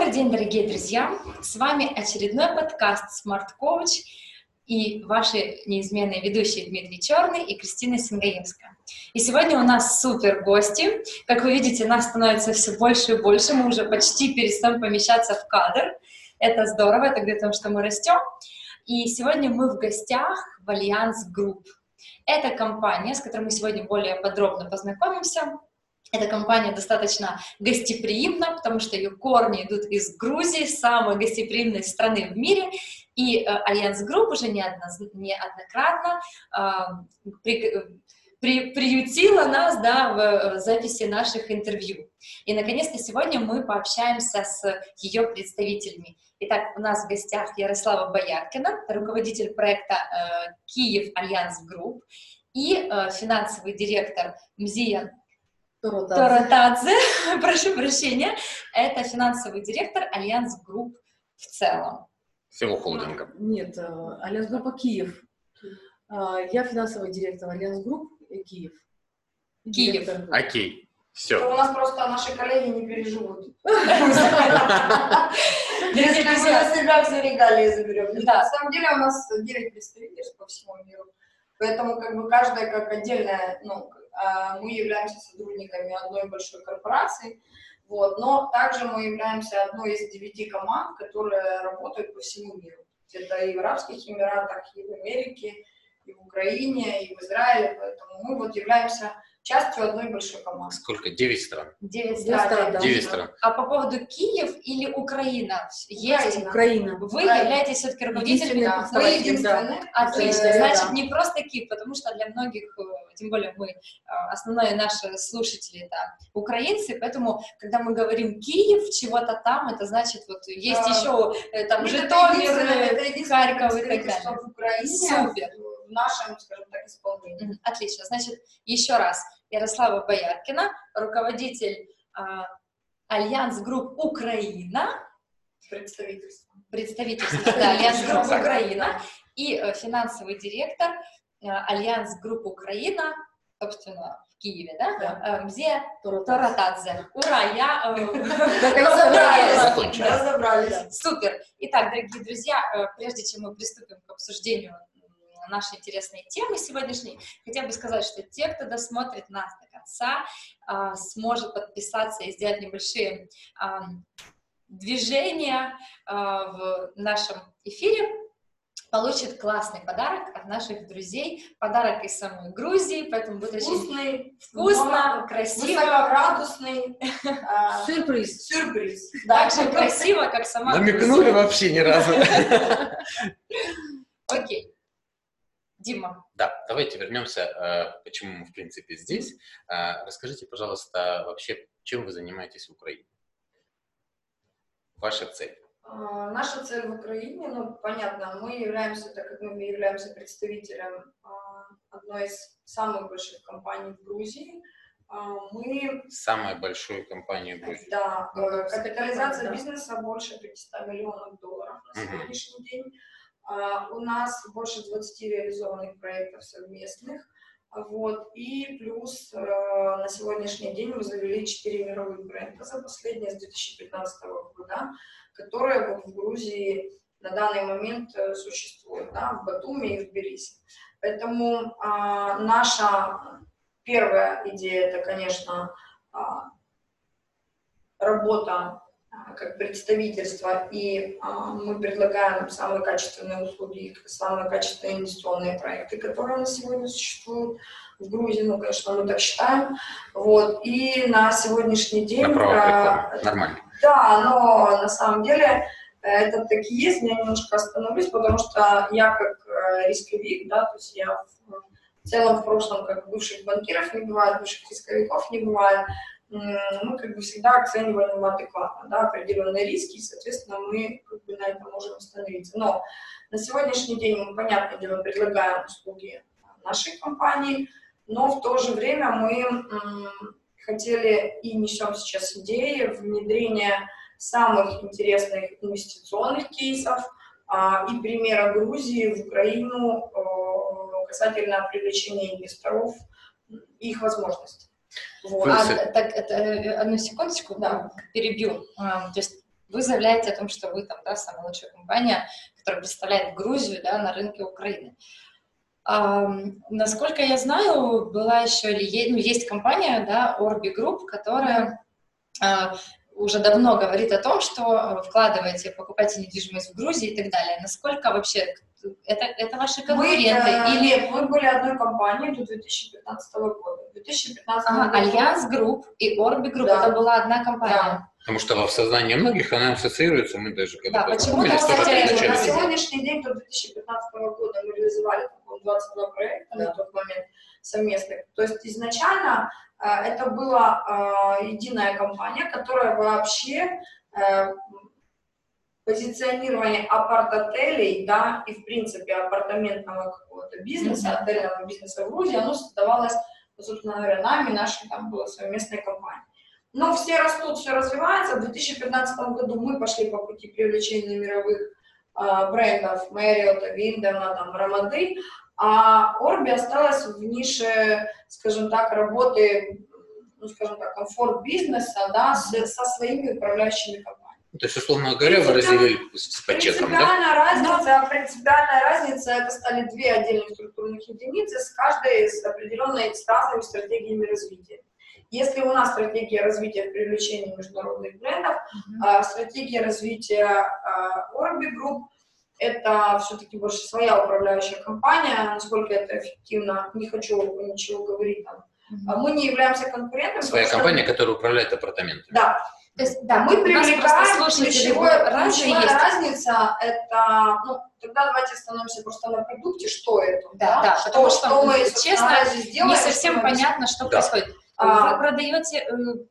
Добрый день, дорогие друзья! С вами очередной подкаст Smart Coach и ваши неизменные ведущие Дмитрий Черный и Кристина Сингаевская. И сегодня у нас супер гости. Как вы видите, нас становится все больше и больше. Мы уже почти перестаем помещаться в кадр. Это здорово, это говорит о том, что мы растем. И сегодня мы в гостях в Альянс Групп. Это компания, с которой мы сегодня более подробно познакомимся. Эта компания достаточно гостеприимна, потому что ее корни идут из Грузии, самой гостеприимной страны в мире, и Альянс Групп уже неоднократно приютила нас в записи наших интервью. И, наконец-то, сегодня мы пообщаемся с ее представителями. Итак, у нас в гостях Ярослава Бояркина, руководитель проекта «Киев Альянс Групп», и финансовый директор МЗИА Торатадзе, прошу прощения, это финансовый директор Альянс Групп в целом. Всего холдинга. Нет, Альянс Группа Киев. Я финансовый директор Альянс Групп Киев. Киев. Окей, все. То у нас просто наши коллеги не переживут. Если мы на себя все регалии заберем. Да. На самом деле у нас 9 представительств по всему миру. Поэтому каждая как отдельная, мы являемся сотрудниками одной большой корпорации, но также мы являемся одной из 9 команд, которые работают по всему миру. Это и в Арабских Эмиратах, и в Америке, и в Украине, и в Израиле, поэтому мы являемся частью одной большой команды. Сколько? 9 стран? 9 стран. Да. 9 стран. А по поводу Киев или Украина? Есть? Украина. Вы являетесь все-таки руководителем? Единственный Мы единственные. Отлично. Да. Значит, не просто Киев, потому что для многих, тем более основные наши слушатели это украинцы, поэтому, когда мы говорим Киев, чего-то там, это значит, есть еще там Житомир, Харьков и так далее. В Украине, Супер. в нашем, скажем так, исполнении. Отлично. Значит, еще раз. Ярослава Бояркина, руководитель Альянс Групп Украина, представительство Альянс Групп Украина, и финансовый директор Альянс Групп Украина, собственно, в Киеве, да? МЗИА Торатадзе. Ура, я Разобрались. Супер. Итак, дорогие друзья, прежде чем мы приступим к обсуждению нашей интересной темы сегодняшней, хотела бы сказать, что те, кто досмотрит нас до конца, сможет подписаться и сделать небольшие движения в нашем эфире, получит классный подарок от наших друзей, подарок из самой Грузии, поэтому будет очень вкусно, красиво, высокоградусный Сюрприз. так же красиво, как сама Намекнули Грузия. вообще ни разу. Окей. Дима. Да, давайте вернемся, почему мы, в принципе, здесь. Расскажите, пожалуйста, вообще, чем вы занимаетесь в Украине? Ваша цель? Наша цель в Украине, понятно, мы являемся, так как мы являемся представителем одной из самых больших компаний в Грузии, мы... Самая большая компания в Грузии. Да, капитализация бизнеса больше 500 миллионов долларов на сегодняшний день. У нас больше 20 реализованных проектов совместных, и плюс на сегодняшний день мы завели 4 мировых бренда за последние с 2015 года, которые в Грузии на данный момент существуют, в Батуми и в Тбилиси. Поэтому наша первая идея – это, конечно, работа как представительство, и мы предлагаем самые качественные услуги, самые качественные инвестиционные проекты, которые на сегодня существуют в Грузии, конечно, мы так считаем. И на сегодняшний день... На правах реклама. Нормально. Да, но на самом деле это так и есть. Я немножко остановлюсь, потому что я как рисковик, то есть я в целом в прошлом как бывших банкиров не бывает, бывших рисковиков не бывает. Мы всегда оцениваем адекватно, определенные риски, и, соответственно, мы на этом можем остановиться. Но на сегодняшний день мы, понятное дело, предлагаем услуги нашей компании, но в то же время мы хотели и несем сейчас идеи внедрения самых интересных инвестиционных кейсов и примера Грузии в Украину касательно привлечения инвесторов и их возможностей. Одну секундочку, перебью. То есть вы заявляете о том, что вы там, да, самая лучшая компания, которая представляет Грузию, да, на рынке Украины. Насколько я знаю, была еще, есть компания, да, Orbi Group, которая уже давно говорит о том, что вкладываете, покупаете недвижимость в Грузии и так далее. Насколько вообще это ваши конкуренты? Нет, мы были одной компанией до 2015 года. В 2015 году... Альянс Групп и Orbi Group, да. Это была одна компания. Да. Потому что в сознании многих она ассоциируется, мы даже когда почему-то, на сегодняшний день до 2015 года мы реализовали 22 проекта на тот момент совместных. То есть изначально это была единая компания, которая вообще позиционирование апарт-отелей, да, и в принципе апартаментного какого-то бизнеса, отельного бизнеса в Грузии, оно создавалось, собственно говоря, нами, нашей там была совместная компания. Но все растут, все развивается. В 2015 году мы пошли по пути привлечения мировых брендов Marriott, Wyndham, там, Ramada, а Orbi осталась в нише, скажем так, работы, ну, скажем так, комфорт бизнеса, да, со своими управляющими компаниями. То есть, условно говоря, вы разделили по чекам, да? Принципиальная разница, это стали две отдельных структурных единицы, с каждой с разными стратегиями развития. Если у нас стратегия развития в привлечении международных брендов, стратегия развития Orbi Group, это все-таки больше своя управляющая компания, насколько это эффективно, не хочу ничего говорить там. Мы не являемся конкурентом. Своя компания, которая управляет апартаментами. Да. То есть, да, мы привлекаем, ключевая разница это, ну, тогда давайте остановимся просто на продукте, что это, да, что мы, честно, сделаем, не совсем понятно, что происходит. Вы продаете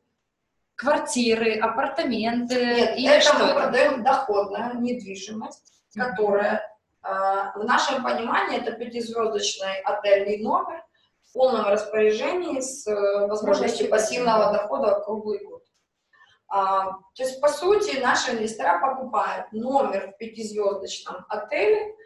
квартиры, апартаменты? Нет, или это что мы это? продаем доходную недвижимость, которая, в нашем понимании, это 5-звездочный отельный номер в полном распоряжении с возможностью пассивного дохода круглый год. То есть, по сути, наши инвестора покупают номер в 5-звездочном отеле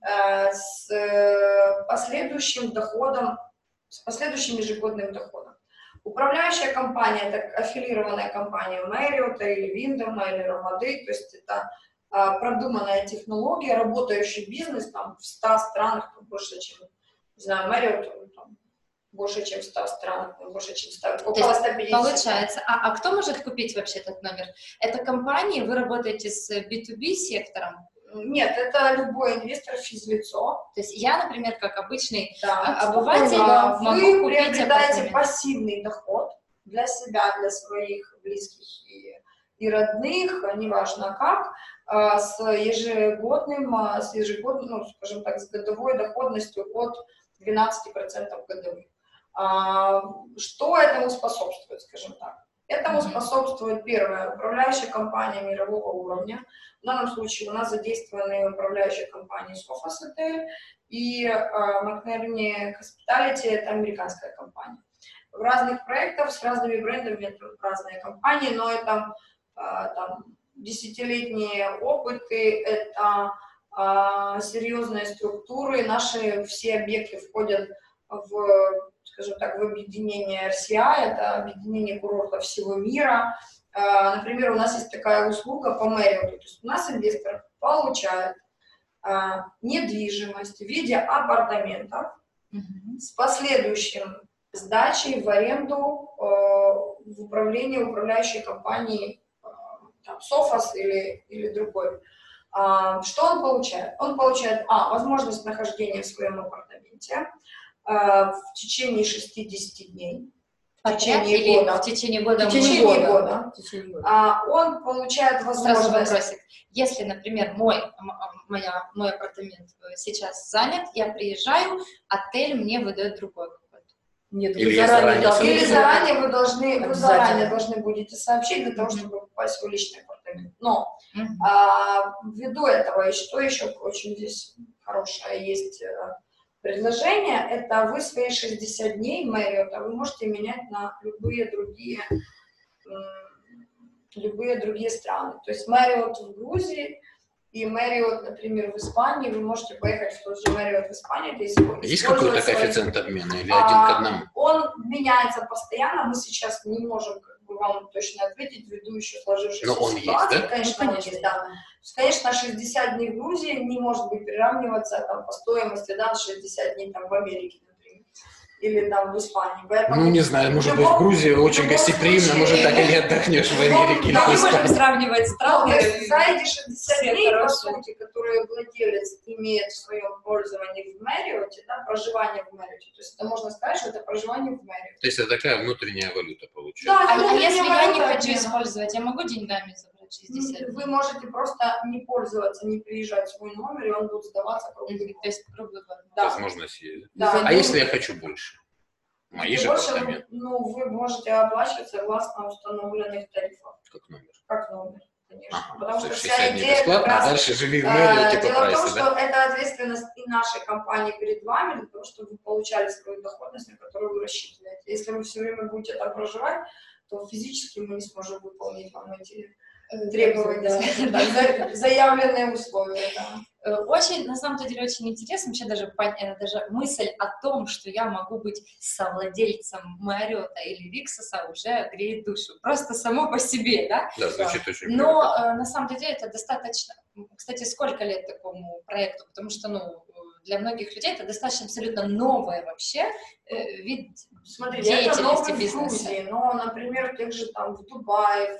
с последующим доходом, с последующим ежегодным доходом. Управляющая компания – это аффилированная компания Marriott или Wyndham или Ramada, то есть это продуманная технология, работающий бизнес там, в 100 странах, там, больше, чем, не знаю, Marriott, там, больше, чем 100 стран, больше, чем 100, около 150. Получается. А кто может купить вообще этот номер? Это компании, вы работаете с B2B сектором? Нет, это любой инвестор, физлицо. То есть я, например, как обычный обыватель, могу вы купить приобретаете пассивный доход для себя, для своих близких и родных, неважно как, с ежегодным, ну, скажем так, с годовой доходностью от 12% годовых. Что этому способствует, скажем так? Этому способствует, первое, управляющая компания мирового уровня. В данном случае у нас задействованы управляющие компании Sofas Hotel и McNerney Hospitality, это американская компания. В разных проектах с разными брендами это разные компании, но это там, десятилетние опыты, это серьезные структуры. Наши все объекты входят в, скажем так, в объединение RCI, это объединение курортов всего мира. Например, у нас есть такая услуга по Marriott, то есть у нас инвестор получает недвижимость в виде апартаментов с последующим сдачей в аренду в управление управляющей компанией там, Sofas или другой. Что он получает? Он получает, возможность нахождения в своем апартаменте в течение 60 дней. В течение года. В течение года. Он получает возможность... Сразу вопросик. Если, например, мой апартамент сейчас занят, я приезжаю, отель мне выдает другой какой-то. Нет, или заранее вы должны будете сообщить для того, чтобы попасть в свой личный апартамент. Но ввиду этого, и что еще очень здесь хорошее есть предложение, это вы свои 60 дней Marriott вы можете менять на любые другие страны. То есть Marriott в Грузии и Marriott, например, в Испании, вы можете поехать в тот же Marriott в Испании. Есть какой-то коэффициент обмена или 1 к 1? Он меняется постоянно, мы сейчас не можем бы вам точно ответить ввиду еще сложившейся Но он ситуации. есть, да? Конечно, он есть, да. То есть, конечно, 60 дней в Грузии не может быть приравниваться там, по стоимости, да, 60 дней там, в Америке, например, или там в Испании. Поэтому, Ну, не знаю, может быть, в Грузии очень гостеприимно, может, так и не отдохнешь в Америке. Мы не можем сравнивать Но страны. за эти 60 все дней, по хорошие. сути, которые владелец имеет в своем пользовании в Marriott, да, проживание в Marriott, то есть это можно сказать, что это проживание в Marriott. То есть это такая внутренняя валюта получается. Да, А если я не валюта хочу обмена. использовать, я могу деньгами забрать 60 дней? Вы можете просто не пользоваться, не приезжать в свой номер, и он будет сдаваться круглый год. То есть круглый год. Да. Возможность есть. Да. А если я хочу больше? Мои же Больше, апартаменты, ну, вы можете оплачивать согласно установленных тарифов, как номер. как номер, конечно. Ага, Потому то что есть вся 60 дней идея как бесплатно, а раз... дальше живи в Marriott по Дело в том, прайсу, что да? это ответственность и нашей компании перед вами, для того, чтобы вы получали свою доходность, на которую вы рассчитываете. Если вы все время будете там проживать, то физически мы не сможем выполнить вам эти требования, да, заявленные условия. Да. Очень, на самом деле, очень интересно, вообще даже мысль о том, что я могу быть совладельцем Марриотта или Риксоса, уже греет душу. Просто само по себе, да? Да, звучит очень Но приятно. на самом деле это достаточно... Кстати, сколько лет такому проекту? Потому что, ну, для многих людей это достаточно абсолютно новое вообще вид Смотрите, это деятельности новый в бизнеса. Грузии, но, например, в тех же там в Дубае,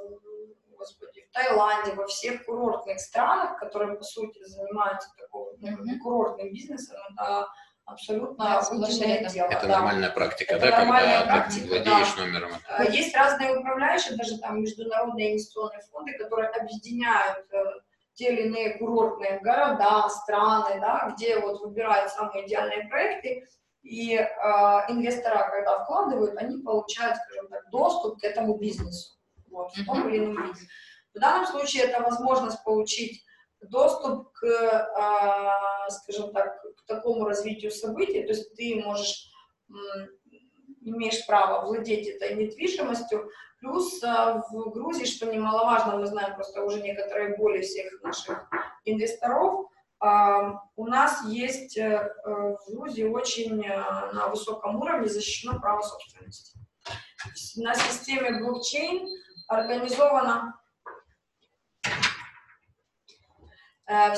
в Таиланде, во всех курортных странах, которые, по сути, занимаются такой курортным бизнесом, это абсолютно обыденное дело. Это да. нормальная практика, Это да, нормальная когда практика, ты владеешь да. номером. Есть разные управляющие, даже там международные инвестиционные фонды, которые объединяют те или иные курортные города, страны, да, где вот выбирают самые идеальные проекты, и инвестора, когда вкладывают, они получают, скажем так, доступ к этому бизнесу, вот, в том или ином виде. В данном случае это возможность получить доступ к, скажем так, к такому развитию событий, то есть ты можешь, имеешь право владеть этой недвижимостью, плюс в Грузии, что немаловажно, мы знаем просто уже некоторые боли всех наших инвесторов, у нас есть в Грузии очень на высоком уровне защищено право собственности. На системе блокчейн организовано на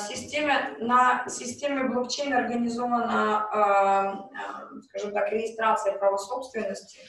системе блокчейн организована, скажем так, регистрация права собственности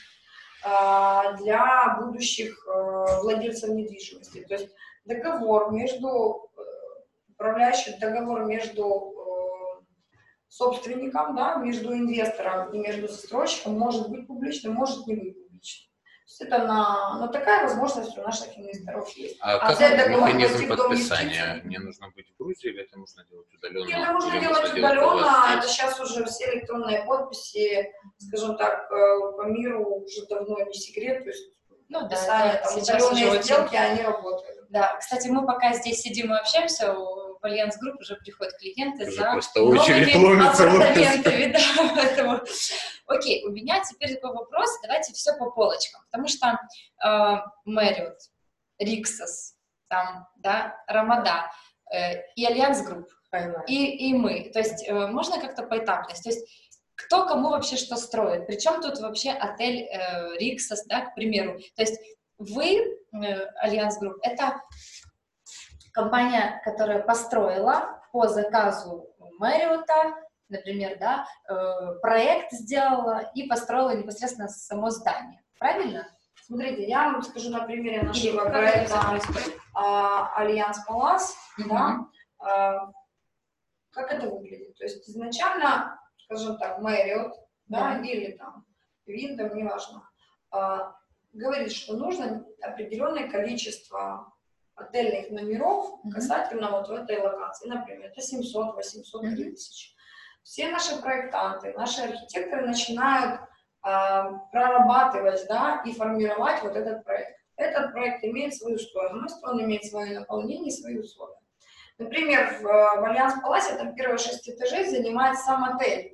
для будущих владельцев недвижимости. То есть договор между управляющим, договор между собственником, да, между инвестором и между застройщиком может быть публичным, может не быть публичным. То есть это такая возможность у наших инвесторов есть. А как механизм подписания? Инвестиций. Мне нужно быть в Грузии или это можно делать удаленно? Это можно Или делать по удаленно, вас это здесь? сейчас уже все электронные подписи, скажем так, по миру уже давно не секрет, то есть Ну да, подписание, там, сейчас уже удаленные очень... сделки, они работают. Да, кстати, мы пока здесь сидим и общаемся, в Альянс Групп уже приходят клиенты Уже за просто очередь новыми ломится. апартаментами, да, поэтому... Окей, у меня теперь такой вопрос, давайте все по полочкам, потому что Marriott, Риксос, там, да, Рамада и Альянс Групп, и мы, то есть можно как-то поэтапность, то есть кто кому вообще что строит, причем тут вообще отель Риксос, да, к примеру, то есть вы, Альянс Групп, это компания, которая построила по заказу Marriott'а, например, да, проект сделала и построила непосредственно само здание. Правильно? Смотрите, я вам скажу на примере нашего Как проекта это происходит? Альянс Палас, да, как это выглядит. То есть изначально, скажем так, Marriott, да, или там Wyndham, неважно, говорит, что нужно определенное количество отельных номеров касательно вот в этой локации. Например, это 700, 800, 3000. Все наши проектанты, наши архитекторы начинают прорабатывать, да, и формировать вот этот проект. Этот проект имеет свою стоимость, он имеет свое наполнение, свои условия. Например, в Альянс Паласе там первые 6 этажей занимает сам отель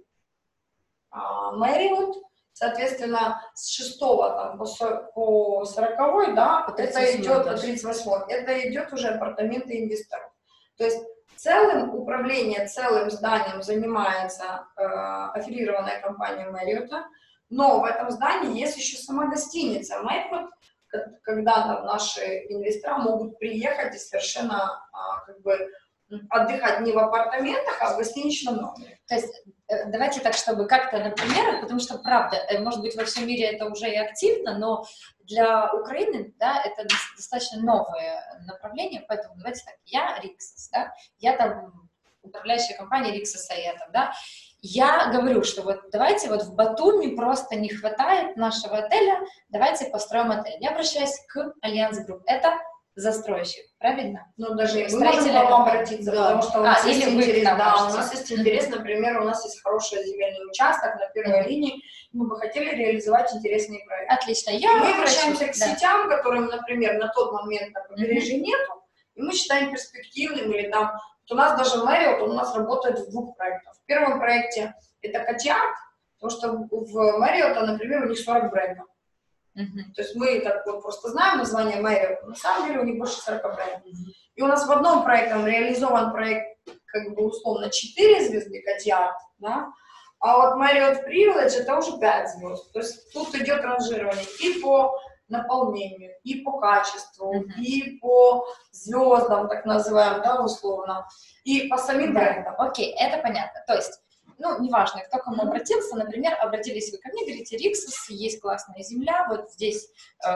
Marriott, соответственно, с 6 там, по 40, да, это идет по 38, это идет уже апартаменты инвесторов. То есть управление целым зданием занимается аффилированная компания Marriott, но в этом здании есть еще сама гостиница Marriott, когда там наши инвестора могут приехать и совершенно как бы отдыхать не в апартаментах, а в гостиничном номере. То есть давайте так, чтобы как-то на примерах, потому что, правда, может быть, во всем мире это уже и активно, но для Украины, да, это достаточно новое направление, поэтому давайте так, я Rixos, да, я там управляющая компания Rixos, я там, да, я говорю, что вот давайте вот в Батуми просто не хватает нашего отеля, давайте построим отель. Я обращаюсь к Альянс Групп, это застройщик, правильно? Ну, даже мы можем к вам обратиться, да. Потому что у нас есть интерес, да, у нас есть интерес, например, у нас есть хороший земельный участок на первой линии, мы бы хотели реализовать интересные проекты. Отлично. Мы обращаемся к сетям, которым, например, на тот момент на побережье нету, и мы считаем перспективным, или там, вот у нас даже Marriott, он у нас работает в 2 проектах. В первом проекте это Котиарт, потому что в Marriott, например, у них 40 брендов. То есть мы так вот просто знаем название Marriott, на самом деле у них больше 40 брендов. И у нас в одном проекте реализован проект, как бы условно, 4 звезды Котиарт, да? А вот Marriott Privilege это уже 5 звезд. То есть тут идет ранжирование и по наполнению, и по качеству, и по звездам, так называемым, да, условно, и по самим брендам. Окей, это понятно. То есть, ну, неважно, кто к кому обратился, например, обратились вы ко мне, говорите, Rixos, есть классная земля, вот здесь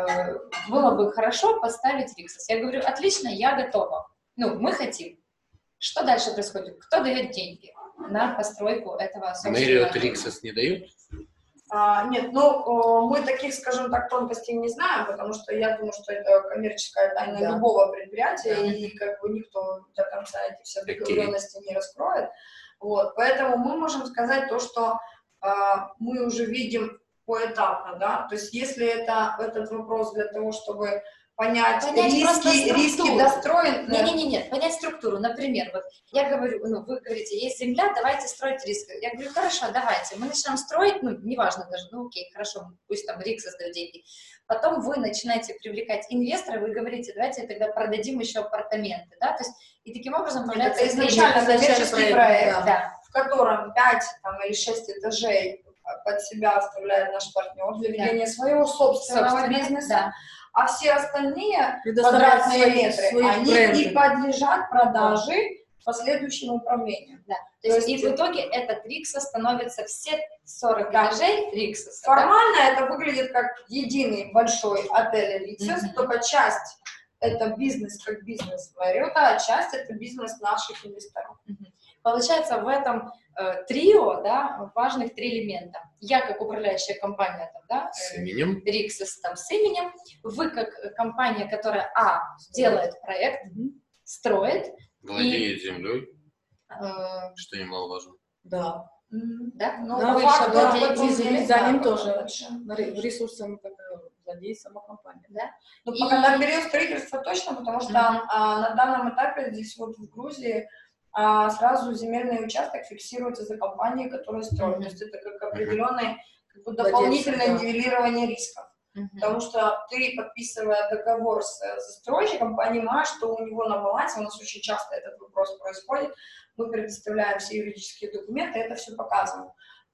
было бы хорошо поставить Rixos. Я говорю, отлично, я готова. Ну, мы хотим. Что дальше происходит? Кто дает деньги на постройку этого собственного? Marriott Rixos не дают? Нет, ну, мы таких, скажем так, тонкостей не знаем, потому что я думаю, что это коммерческая тайна любого предприятия, и как бы никто до конца эти все договоренности не раскроет. Вот, поэтому мы можем сказать то, что мы уже видим поэтапно, да, то есть если этот вопрос для того, чтобы понять риски достроен... Нет, понять структуру. Например, вот я говорю, ну, вы говорите, есть земля, давайте строить риски. Я говорю, хорошо, давайте. Мы начинаем строить, ну, неважно даже, ну, окей, хорошо, пусть там Rixos дает деньги. Потом вы начинаете привлекать инвестора, вы говорите, давайте тогда продадим еще апартаменты, да, то есть, и таким образом появляется изначально коммерческий проект, да. в котором 5 там, или 6 этажей под себя оставляет наш партнер для ведения своего собственного бизнеса. Да. А все остальные квадратные метры, они и подлежат продаже последующему управлению. Да. То есть и в итоге этот Rixos становится все 40 этажей Rixos. Формально это выглядит как единый большой отель Rixos, только часть это бизнес как бизнес Marriott, а часть это бизнес наших инвесторов. Получается, в этом трио, да, важных 3 элемента. Я как управляющая компания, там, да, с именем. Rixos там с именем, вы как компания, которая делает проект, строит, владеет землей, что немаловажно. Да. Да? Ну, вы еще владеете землей тоже. Ресурсами владеет сама компания. Да? Ну, пока на период строительства точно, потому что на данном этапе здесь вот в Грузии сразу земельный участок фиксируется за компанией, которая строит. То есть это как определенное как бы, дополнительное нивелирование рисков. Потому что ты, подписывая договор с застройщиком, понимаешь, что у него на балансе, у нас очень часто этот вопрос происходит, мы предоставляем все юридические документы, это все показываем.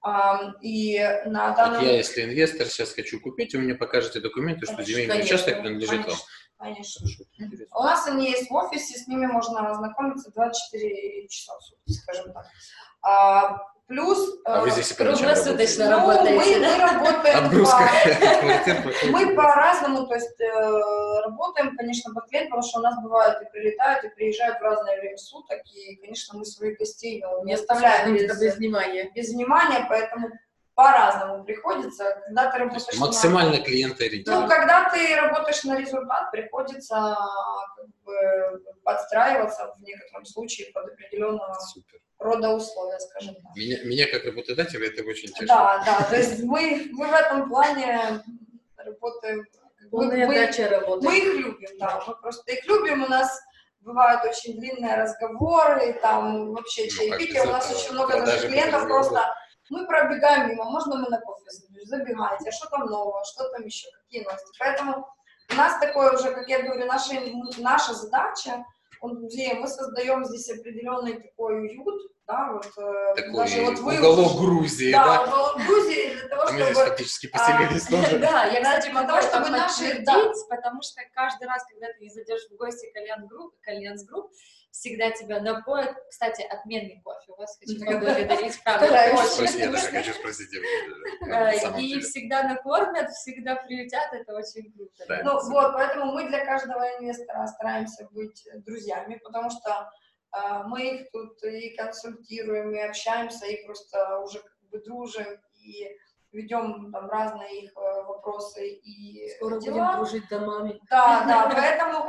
И на данном... Я, если инвестор, сейчас хочу купить, вы мне покажете документы, что земельный участок принадлежит вам. Конечно. У нас они есть в офисе, с ними можно ознакомиться 24 часа в сутки, скажем так. Плюс... вы здесь круглосуточно работаете, мы работаем... Отгрузка. Мы по-разному, то есть работаем, конечно, под клиент, потому что у нас бывают и прилетают, и приезжают в разное время суток, и, конечно, мы своих гостей не оставляем без внимания. Без внимания, поэтому по-разному приходится, когда ты работаешь максимально клиентоориентированно. Ну, когда ты работаешь на результат, приходится как бы подстраиваться в некотором случае под определенного рода условия, скажем так. Меня как работодателя это очень тяжело. Да, то есть мы в этом плане работаем. Мы их любим, да, мы просто их любим, у нас бывают очень длинные разговоры, там вообще чаепитие, у нас очень много даже клиентов просто... Мы пробегаем мимо, можно мы на кофе забегайте, а что там нового, что там еще, какие новости. Поэтому у нас такое уже, как я говорю, наша задача, мы создаем здесь определенный такой уют, да, вот Такой даже вот вы уголок Грузии, да, да? уголок Грузии для того, А мы здесь чтобы фактически поселились тоже. Да, я, кстати, для могу того, это чтобы наши, подтвердить, потому что каждый раз, когда ты зайдешь в гости к Альянс Групп, всегда тебя напоят. Кстати, отменный кофе. У вас хочу поблагодарить, правда, Стараюсь. очень Я даже вкусно. хочу спросить, на самом И деле. всегда накормят, всегда приютят, это очень круто. Да. Ну вот, поэтому мы для каждого инвестора стараемся быть друзьями, потому что мы их тут и консультируем, и общаемся, и просто уже как бы дружим, и ведем там разные их вопросы и Скоро дела. будем дружить домами. Да, поэтому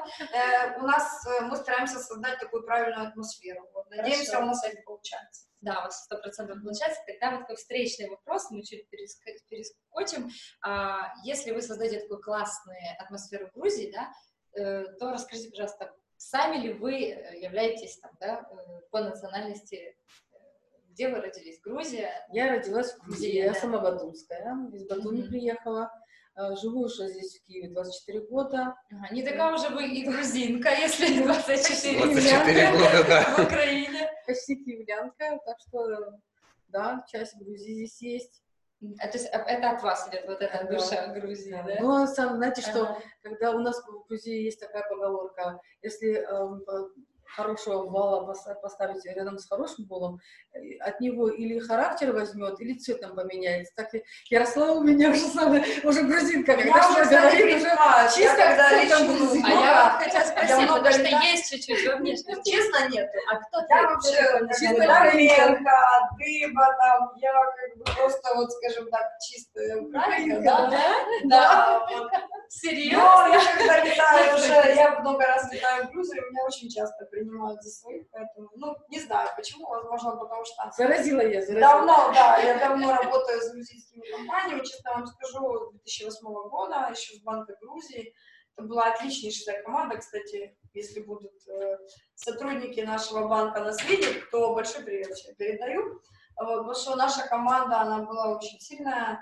мы стараемся создать такую правильную атмосферу. Вот, надеемся, Хорошо. у нас это получается. Да, у вас 100% получается. Тогда вот такой встречный вопрос, мы чуть перескочим. Если вы создаете такую классную атмосферу в Грузии, да, то расскажите, пожалуйста, сами ли вы являетесь там, да, по национальности, где вы родились? Грузия? Я родилась в Грузии, Где, я да? сама батумская, из Батуми приехала. Живу уже здесь в Киеве 24 года. Ага, не такая уже вы и грузинка, если 24 24 года, да. в Украине. Почти киевлянка, так что, да, часть Грузии здесь есть. То есть это от вас идет вот эта Да. душа Грузии, да? Но сам, знаете, что Ага. когда у нас в Грузии есть такая поговорка, если хорошего вала поставить рядом с хорошим волом, от него или характер возьмет, или цветом поменяется. Так и Ярослава у меня уже грузинка, Меня когда уже, что кстати, говорит, уже принимают. чисто Я когда акцентом лечу, грузинка. А я вот хотела я спросить, много потому что летаю. есть чуть-чуть во внешности. Честно, нет. А кто Я ты? вообще чисто Дарленко, дыба там, я как бы просто вот, скажем так, чистая украинка, да? Да, вот. Серьезно? Но я когда летаю уже, я много раз летаю в Грузию, меня очень часто принимают за своих, поэтому, ну, не знаю почему, возможно, потому что Заразила я, заразила. давно, да, я давно работаю с грузинскими компаниями, честно вам скажу, 2008 года, еще с Банка Грузии. Это была отличнейшая команда, кстати, если будут сотрудники нашего банка нас видеть, то большой привет всем передаю. Вот, потому что наша команда, она была очень сильная,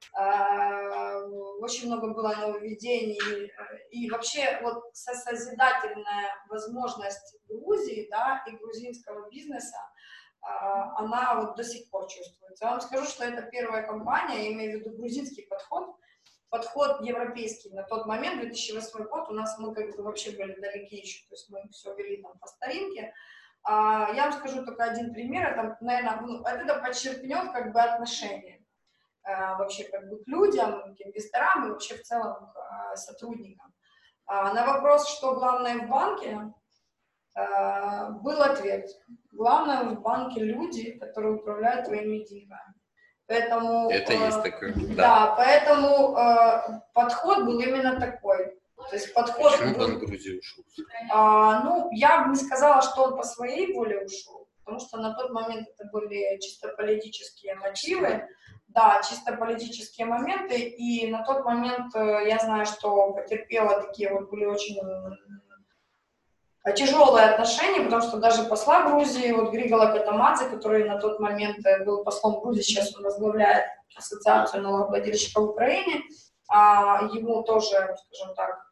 очень много было нововведений, и вообще вот созидательная возможность Грузии, да, и грузинского бизнеса, она вот до сих пор чувствуется. Я вам скажу, что это первая компания, я имею в виду грузинский подход европейский. На тот момент, 2008 год, у нас мы как бы вообще были далеки еще, то есть мы все вели там по старинке. Я вам скажу только один пример, это, наверное, это подчеркнет как бы отношения вообще как бы к людям, к инвесторам и вообще в целом к сотрудникам. На вопрос, что главное в банке, был ответ. Главное в банке люди, которые управляют твоими деньгами. Поэтому, Это есть такое, да, поэтому подход был именно такой. То есть подход Почему был, Банк Грузии ушел? ну, я бы не сказала, что он по своей воле ушел, потому что на тот момент это были чисто политические мотивы. Да, чисто политические моменты, и на тот момент я знаю, что потерпела такие вот были очень тяжелые отношения, потому что даже посла Грузии, вот Григола Катамадзе, который на тот момент был послом Грузии, сейчас он возглавляет Ассоциацию налогоплательщиков в Украине, ему тоже, скажем так,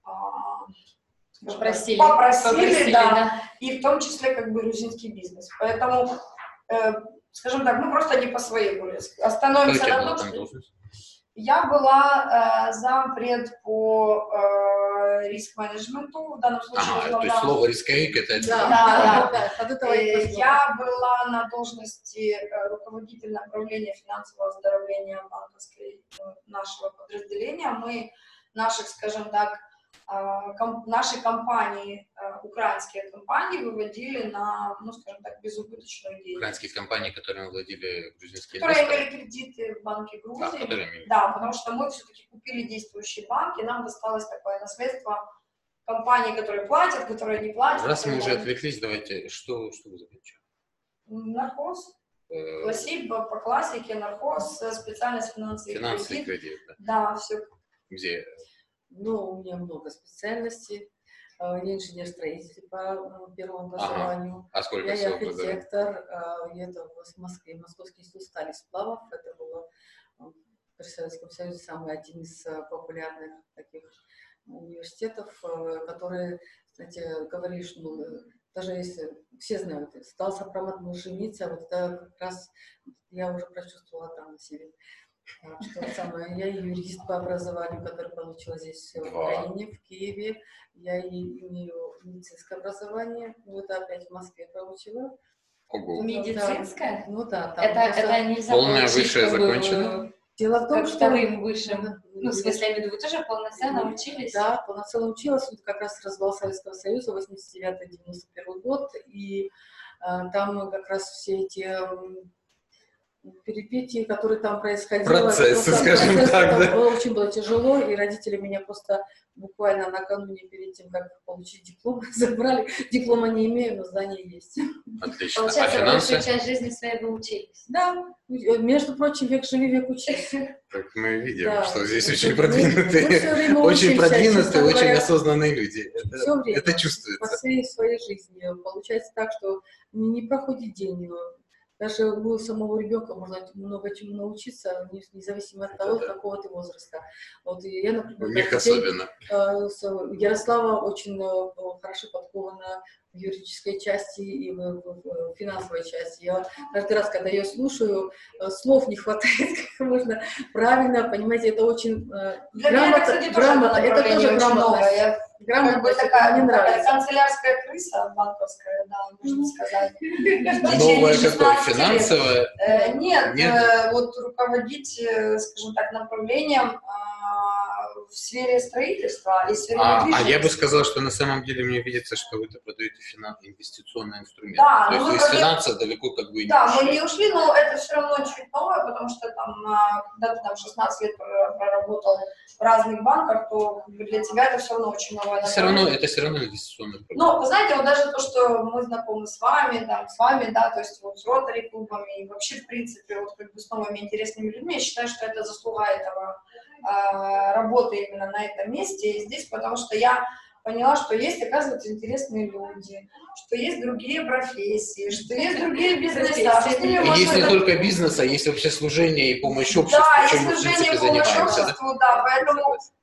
попросили, да, и в том числе как бы грузинский бизнес. Поэтому, скажем так, мы просто не по своей воле. Остановимся на том, что я была зампред по риск-менеджменту, в данном случае. То есть слово риск-эйк это... Да. Я была на должности руководителя направления финансового оздоровления банковской нашего подразделения. Мы наших, скажем так, наши компании, украинские компании выводили на, ну, скажем так, безубыточную деятельность. Украинские компании, которыми владели грузинские которые инвесторы? имели кредиты в Банке Грузии. Которые... Да, потому что мы все-таки купили действующий банк, и нам досталось такое наследство компаний, которые платят, которые не платят. Раз мы уже отвлеклись, давайте, что вы закончили? Нархоз. По классике нархоз, специальность финансовый кредит. Да. Да, все. Где? Ну, у меня много специальностей. Я инженер-строитель по первому образованию. А сколько я всего архитектор. Я в Москве, Московский институт стали сплавов. Это было при Советском Союзе один из популярных таких университетов, которые, кстати, говорили, что даже если все знают, стал сопромат жениться, вот это как раз я уже прочувствовала там на себе. Что самое, я юрист по образованию, который получила здесь в Украине, в Киеве. Я имею медицинское образование, вот опять в Москве получила. Ого. Медицинское? Ну да, там Это нельзя полное получить, высшее как бы, закончено? Дело в том, как что вторым высшим. Ну, в смысле, я имею в виду, вы тоже полноценно учились? Да, полноценно училась. Вот как раз развал Советского Союза, 89-91 год. И там как раз все эти перипетии, которые там происходили. Процессы, скажем так, да. Очень было тяжело, и родители меня просто буквально накануне перед тем, как получить диплом, забрали. Диплома не имею, но знания есть. Отлично. Получается, А финансы? большую часть жизни своей вы учились. Да, между прочим, век живи, век учись. Как мы видим, Да. что здесь Мы очень всё продвинутые, время очень учимся, продвинутые, честно очень говоря. осознанные люди. Всё время. Это По чувствуется. всей своей жизни. Получается так, что не проходит день, но даже у самого ребенка можно много чему научиться, независимо от того, какого ты возраста. Вот и я, например, У них особенно. Ярослава очень хорошо подкована в юридической части и в финансовой части. Я каждый раз, когда ее слушаю, слов не хватает, как можно правильно, понимаете, это очень грамотно. Это тоже грамотность. Грамотность, мне нравится. Канцелярская крыса банковская, да, можно сказать. Новое какое? Финансовое? Нет, вот руководить, скажем так, направлением в сфере строительства и в сфере недвижимости. А я бы сказал, что на самом деле мне видится, что вы продаете инвестиционные инструменты. Да, то есть вы из финансов далеко как бы и не Да, ушли. мы не ушли, но это все равно чуть новое, потому что там, когда ты там 16 лет проработал в разных банках, то для тебя это все равно очень новое. Это все равно инвестиционный продукт. Ну, вы знаете, вот даже то, что мы знакомы с вами, да, то есть вот с ротари-клубами и вообще, в принципе, вот как бы с новыми интересными людьми, я считаю, что это заслуга этого работы именно на этом месте и здесь, потому что я поняла, что есть, оказывается, интересные люди, что есть другие профессии, что есть другие бизнеса. Есть не только бизнес, а есть вообще служение и помощь обществу, да, чем мы, в принципе, занимаемся. Да, поэтому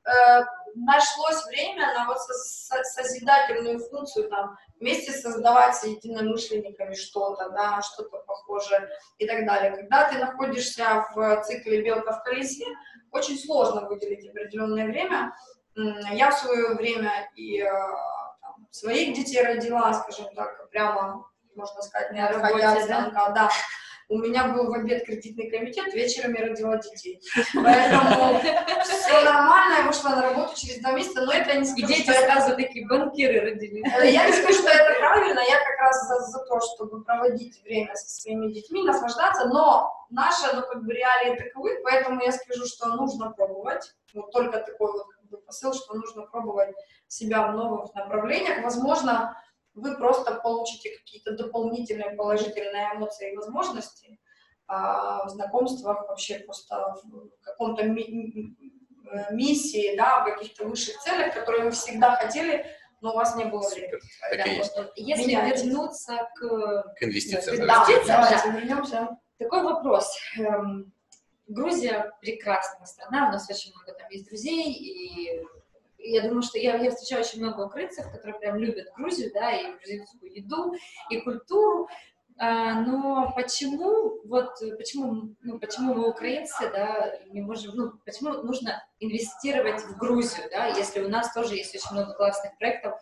нашлось время на вот созидательную функцию, там, вместе создавать с единомышленниками что-то, да, что-то похожее и так далее. Когда ты находишься в цикле «Белка в колесе», очень сложно выделить определенное время. Я в свое время и там, своих детей родила, скажем так, прямо, можно сказать, не отходя от станка, да. У меня был в обед кредитный комитет, вечером я родила детей. Поэтому все нормально, я вышла на работу через 2 месяца, но это не скажу, и дети сразу такие банкиры родились. Я не скажу, что это правильно, я как раз за то, чтобы проводить время со своими детьми, наслаждаться, но наши, как бы реалии таковы, поэтому я скажу, что нужно пробовать. Вот только такой вот как бы посыл, что нужно пробовать себя в новых направлениях. Возможно, вы просто получите какие-то дополнительные положительные эмоции и возможности в знакомствах, вообще просто в каком-то миссии, да, в каких-то высших целях, которые вы всегда хотели, но у вас не было времени. Так и есть. Если вернуться к инвестициям. Давайте вернемся. Такой вопрос. Грузия прекрасная страна, у нас очень много там есть друзей, и я думаю, что я встречаю очень много украинцев, которые прям любят Грузию, да, и грузинскую еду, и культуру. Но почему мы, украинцы, да, не можем, почему нужно инвестировать в Грузию, да, если у нас тоже есть очень много классных проектов.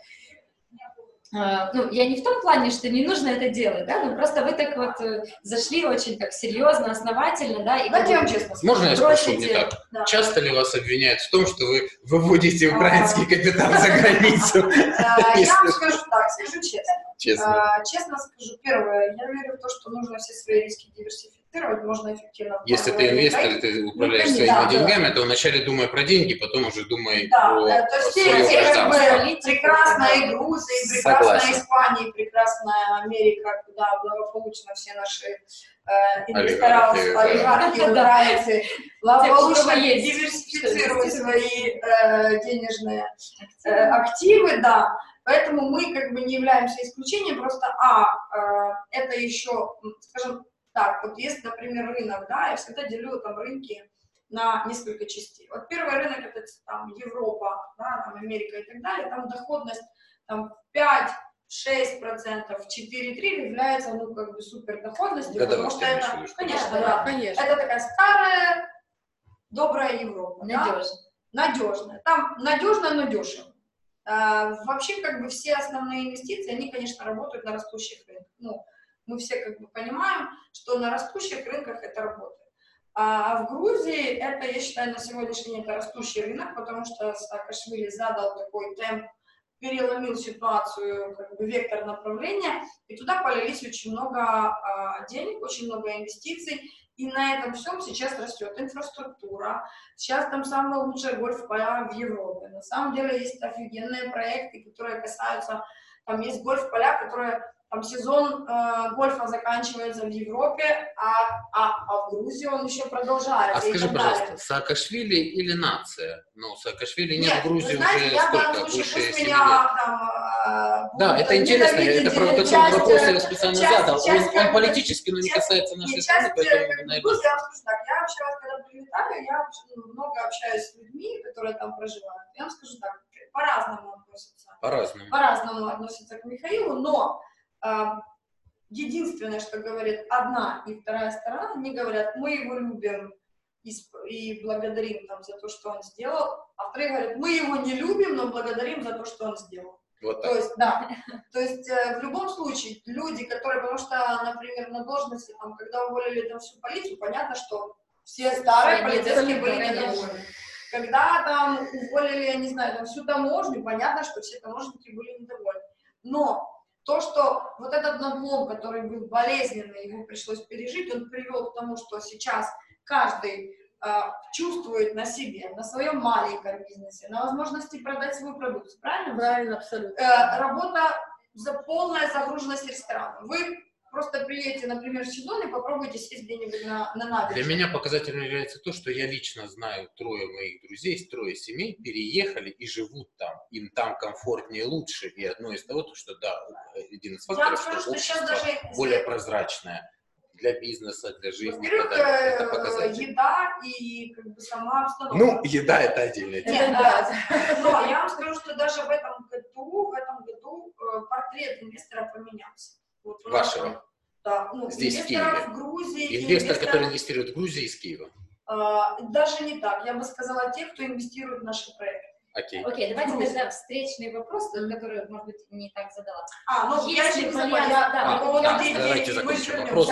Я не в том плане, что не нужно это делать, да, но просто вы так вот зашли очень так серьезно, основательно, да, и давайте я вам честно скажу. Можно я спрошу не так? Да. Часто ли вас обвиняют в том, что вы выводите украинский капитал за границу? Я вам скажу так, скажу честно. Честно. Честно скажу, первое, я верю в то, что нужно все свои риски диверсифицировать, можно эффективно. Если ты инвестор, ты управляешь своими деньгами, то вначале думай про деньги, потом уже думай про свое гражданство. Прекрасная Грузия, прекрасная Испания, прекрасная Америка, куда благополучно все наши инвестора, олигархи, украинцы, благополучно диверсифицируют свои денежные активы, да. Поэтому мы как бы не являемся исключением, просто это еще, скажем так, вот есть, например, рынок, да, я всегда делю там рынки на несколько частей. Вот первый рынок это там Европа, да, там Америка и так далее, там доходность там 5-6 6%, 4,3% является, ну, как бы супердоходностью, Годовых, потому что это, конечно, да, конечно. это такая старая, добрая Европа. Надежно. Да? Надежная. Там надежно, но дешево. Вообще, как бы, все основные инвестиции, они, конечно, работают на растущих рынках. Ну, мы все, как бы, понимаем, что на растущих рынках это работает. А в Грузии это, я считаю, на сегодняшний день это растущий рынок, потому что Саакашвили задал такой темп, переломил ситуацию, как бы, вектор направления, и туда полились очень много денег, очень много инвестиций, и на этом всем сейчас растет инфраструктура. Сейчас там самые лучшие гольф-поля в Европе. На самом деле есть офигенные проекты, которые касаются, там есть гольф-поля, которые, там сезон гольфа заканчивается в Европе, а в Грузии он еще продолжается. А скажи, пожалуйста, Саакашвили или нация? Ну, Саакашвили нет в Грузии уже сколько? Больше 7 лет. Да, это интересно, это провокационный вопрос, я его специально задал. Он политический, но не касается нашей страны, поэтому, наверное... Я вообще, когда прилетаю, я много общаюсь с людьми, которые там проживают. Я вам скажу так, по-разному относятся. По-разному относятся к Михаилу, но единственное, что говорит одна и вторая сторона, они говорят, мы его любим и благодарим там за то, что он сделал, а вторые говорят, мы его не любим, но благодарим за то, что он сделал. Вот так. То есть, да, то есть в любом случае люди, которые, потому что, например, на должности, там, когда уволили там всю полицию, понятно, что все старые полицейские были недовольны. Когда там уволили, я не знаю, там всю таможню, понятно, что все таможенники были недовольны. Но то, что вот этот надлом, который был болезненный, его пришлось пережить, он привел к тому, что сейчас каждый чувствует на себе, на своем маленьком бизнесе, на возможности продать свою продукцию, правильно? Правильно, абсолютно. Работа за полная загруженность ресторана. Вы просто приедете, например, в сезон и попробуйте сесть где-нибудь на набережной. Для меня показательным является то, что я лично знаю 3 моих друзей, 3 семей, переехали и живут там. Им там комфортнее, лучше. И одно из того, что да, один из факторов, что общество более прозрачное для бизнеса, для жизни. Во-первых, это показатель. еда и, как бы, сама обстановка. Ну, еда — это отдельная тема. Но я вам скажу, что даже в этом году портрет инвестора поменялся. Вот Вашего? Да, ну, здесь, в Киеве. В Грузии. Инвестор, который инвестирует в Грузии, из Киева. Даже не так. Я бы сказала, тех, кто инвестирует в наши проекты. Окей. Окей, давайте тогда встречный вопрос, который, может быть, не так задала. Если давайте закончим вопрос.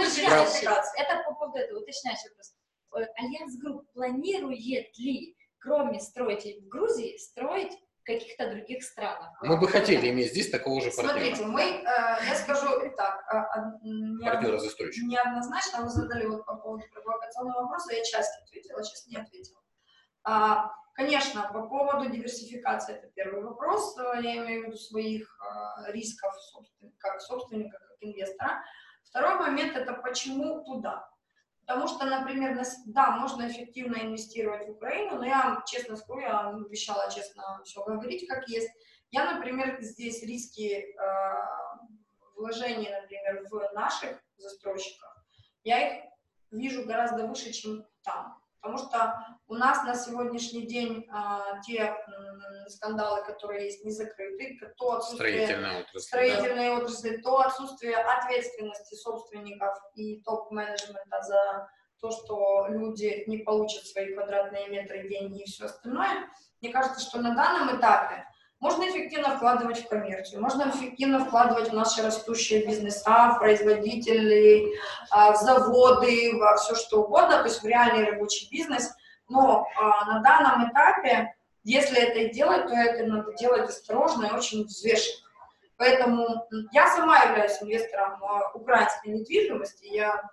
Это по поводу этого уточняющий вопрос. Альянс Групп планирует ли, кроме строить в Грузии, строить в каких-то других странах? Мы бы хотели иметь здесь такого же партнера. Смотрите, я скажу так, партнера застройщика. Неоднозначно вы задали вот по поводу провокационного вопроса, я часть ответила, сейчас не ответила. Конечно, по поводу диверсификации, это первый вопрос, я имею в виду своих рисков как собственника, как инвестора. Второй момент, это почему туда. Потому что, например, да, можно эффективно инвестировать в Украину, но я вам честно скажу, я обещала честно все говорить, как есть. Я, например, здесь риски вложений, например, в наших застройщиков, я их вижу гораздо выше, чем там. Потому что у нас на сегодняшний день те скандалы, которые есть, не закрыты, то отсутствие строительной отрасли, то отсутствие ответственности собственников и топ-менеджмента за то, что люди не получат свои квадратные метры, деньги и все остальное. Мне кажется, что на данном этапе можно эффективно вкладывать в коммерцию, можно эффективно вкладывать в наши растущие бизнеса, в производителей, в заводы, во все что угодно, то есть в реальный рабочий бизнес. Но на данном этапе, если это и делать, то это надо делать осторожно и очень взвешенно. Поэтому я сама являюсь инвестором украинской недвижимости, я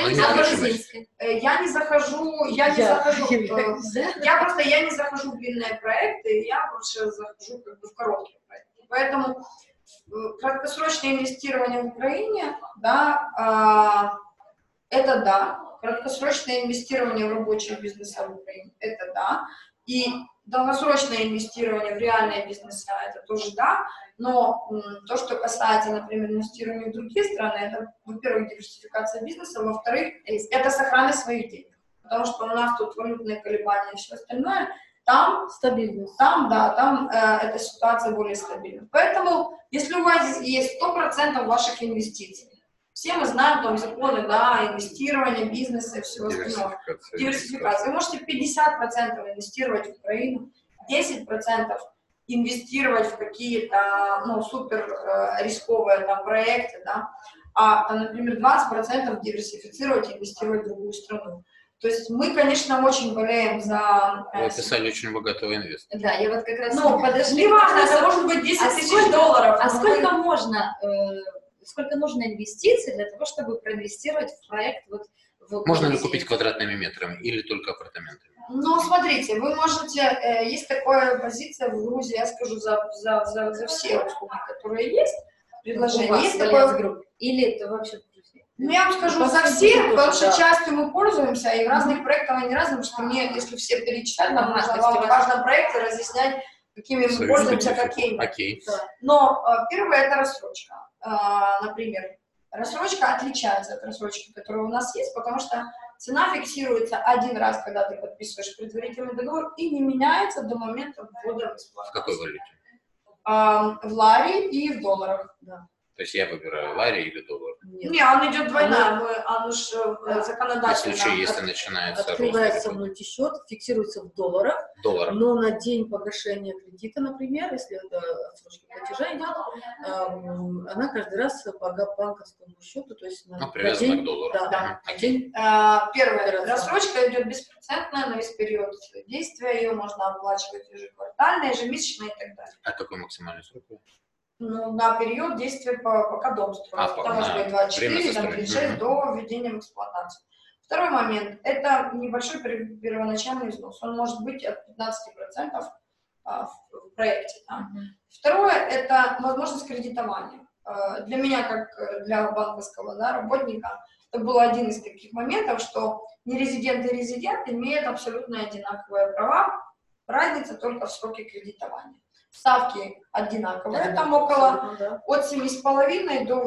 не захожу в длинные проекты, я больше захожу как бы в короткие проекты. Поэтому краткосрочное инвестирование в Украине, да, это да, краткосрочное инвестирование в рабочие бизнеса в Украине, это да, и долгосрочное инвестирование в реальные бизнеса, это тоже да, но то, что касается, например, инвестирования в другие страны, это, во-первых, диверсификация бизнеса, во-вторых, это сохранность своих денег, потому что у нас тут валютные колебания и все остальное, там стабильность. Там эта ситуация более стабильна. Поэтому Если у вас есть 100% ваших инвестиций, все мы знаем там законы, да, инвестирования, бизнеса и всего остального. Диверсификация. Вы можете 50% инвестировать в Украину, 10% инвестировать в какие-то, ну, супер рисковые там проекты, да, а, например, 20% диверсифицировать и инвестировать в другую страну. То есть мы, конечно, очень болеем за... Вы описали очень богатого инвестора. Да, я вот как раз... Ну, подожди, важно, это может быть 10 тысяч долларов. А сколько можно, сколько нужно инвестиций для того, чтобы проинвестировать в проект вот в Можно ли купить квадратными метрами или только апартаментами? Ну, смотрите, вы можете, есть такая позиция в Грузии, я скажу за все услуги, которые есть, предложения. Есть такое... Или это вообще в Грузии? Ну, я вам скажу, за все, большей частью мы пользуемся, и в разных проектах они разные, потому что мне, если все перечитать, нам нужно вам в каждом проекте разъяснять, какими мы пользуемся, какими. Окей. Но первое – это рассрочка. Например, рассрочка отличается от рассрочки, которая у нас есть, потому что цена фиксируется один раз, когда ты подписываешь предварительный договор, и не меняется до момента ввода в эксплуатацию. В какой валюте? В ларе и в долларах. Да. То есть я выбираю лари или доллар? Не, он идет двойная, он уж законодательно. В случае, если начинается открывается мультисчет, фиксируется в долларах, но на день погашения кредита, например, если это отсрочка платежа идет, она каждый раз по банковскому счету, то есть на привязана день, к доллару. Да. День. Первое, рассрочка идет беспроцентная на весь период действия, ее можно оплачивать ежеквартально, ежемесячно и так далее. А какой максимальный срок? Ну, на период действия, пока дом строится. Там может быть 24, там 36 до введения в эксплуатацию. Второй момент – это небольшой первоначальный взнос. Он может быть от 15% в проекте. Да. Второе – это возможность кредитования. Для меня, как для банковского, да, работника, это был один из таких моментов, что нерезидент и резидент имеют абсолютно одинаковые права, разница только в сроке кредитования. Ставки одинаковые, там около от 7,5 до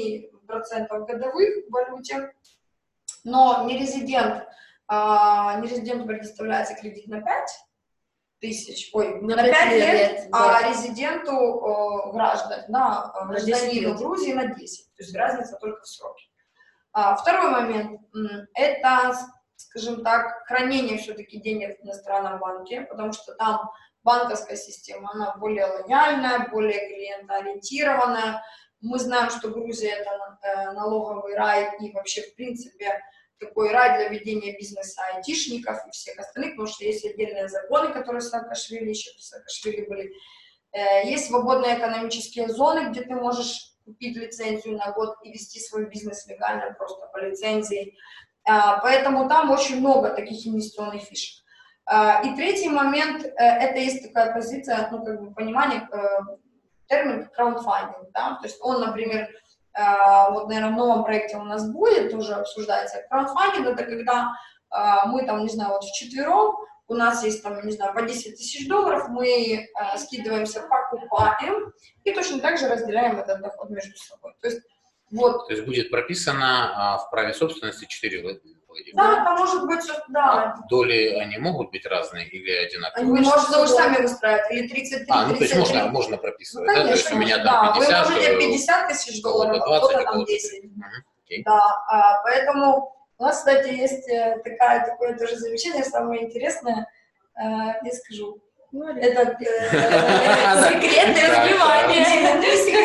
8% годовых в валюте, но нерезиденту предоставляется кредит на 5 тысяч, на 5 лет, да. А резиденту гражданину Грузии на 10, то есть разница только в сроке. Второй момент – это, скажем так, хранение все-таки денег в иностранном банке, потому что там банковская система, она более лояльная, более клиентоориентированная. Мы знаем, что Грузия – это налоговый рай и вообще, в принципе, такой рай для ведения бизнеса айтишников и всех остальных, потому что есть отдельные законы, которые Саакашвили, еще при Саакашвили были. Есть свободные экономические зоны, где ты можешь купить лицензию на год и вести свой бизнес легально просто по лицензии. Поэтому там очень много таких инвестиционных фишек. И третий момент, это есть такая позиция, ну, как бы понимание, термин краудфандинг, да, то есть он, например, вот, наверное, в новом проекте у нас будет, тоже обсуждается. Краудфандинг – это когда мы там, не знаю, вот вчетвером, у нас есть там, не знаю, по 10 тысяч долларов, мы скидываемся, покупаем и точно так же разделяем этот доход между собой. То есть, вот. То есть будет прописано в праве собственности 4 владельца. Да, это может быть, да. Доли, они могут быть разные или одинаковые? Они, может, вы сами выстраивать, или 33, ну, то есть можно прописывать, ну, конечно, да? То есть у меня там 50, вы можете 50 тысяч долларов, а кто-то там 10. Okay. Да, поэтому у нас, кстати, есть такое тоже замечание, самое интересное, я скажу. Это секретное внимание.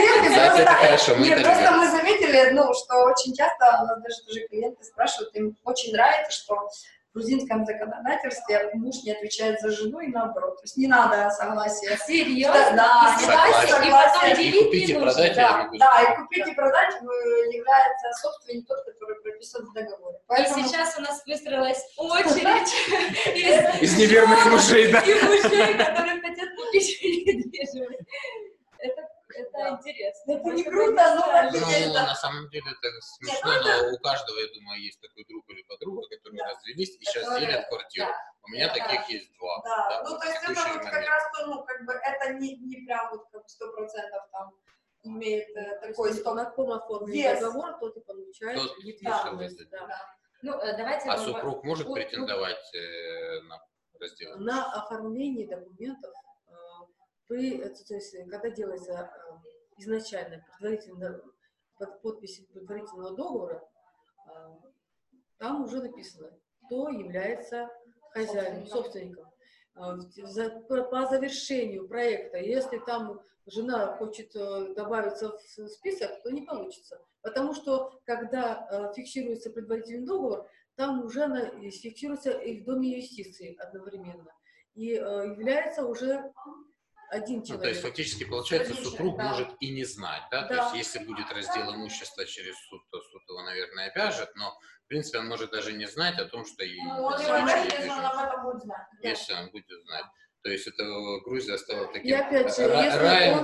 Нет, просто мы заметили, что очень часто у нас даже тоже клиенты спрашивают, им очень нравится, что в грузинском законодательстве муж не отвечает за жену и наоборот. То есть не надо согласия. Серьезно? Да, согласие. И купить и продать. Да, и купить и продать является собственник тот, который прописан в договоре. И сейчас у нас выстроилась очередь из неверных мужей, да? И мужей, которые хотят купить недвижимость. Это интересно. Это не круто, но на самом деле это смешно, но у каждого, я думаю, есть такой друг или подруга, которые развелись и сейчас делят квартиру. У меня таких есть 2. Да, ну то есть это вот как раз, как бы это не прям вот как 100% там имеет такой знакомый оформленный договор, тот и получает недвижимость. Ну, давайте. А супруг может претендовать на раздел? На оформление документов, то есть, когда делается изначально под подписью предварительного договора, там уже написано, кто является хозяином, собственником. По завершению проекта, если там жена хочет добавиться в список, то не получится. Потому что, когда фиксируется предварительный договор, там уже фиксируется и в Доме юстиции одновременно. И является уже один человек. То есть фактически, получается, супруг может и не знать, да? То есть если будет раздел имущества через суд, то суд его, наверное, обяжет, но, в принципе, он может даже не знать о том, что... Он если он об этом будет знать. Если он будет знать. То есть это Грузия стала таким и опять же, раем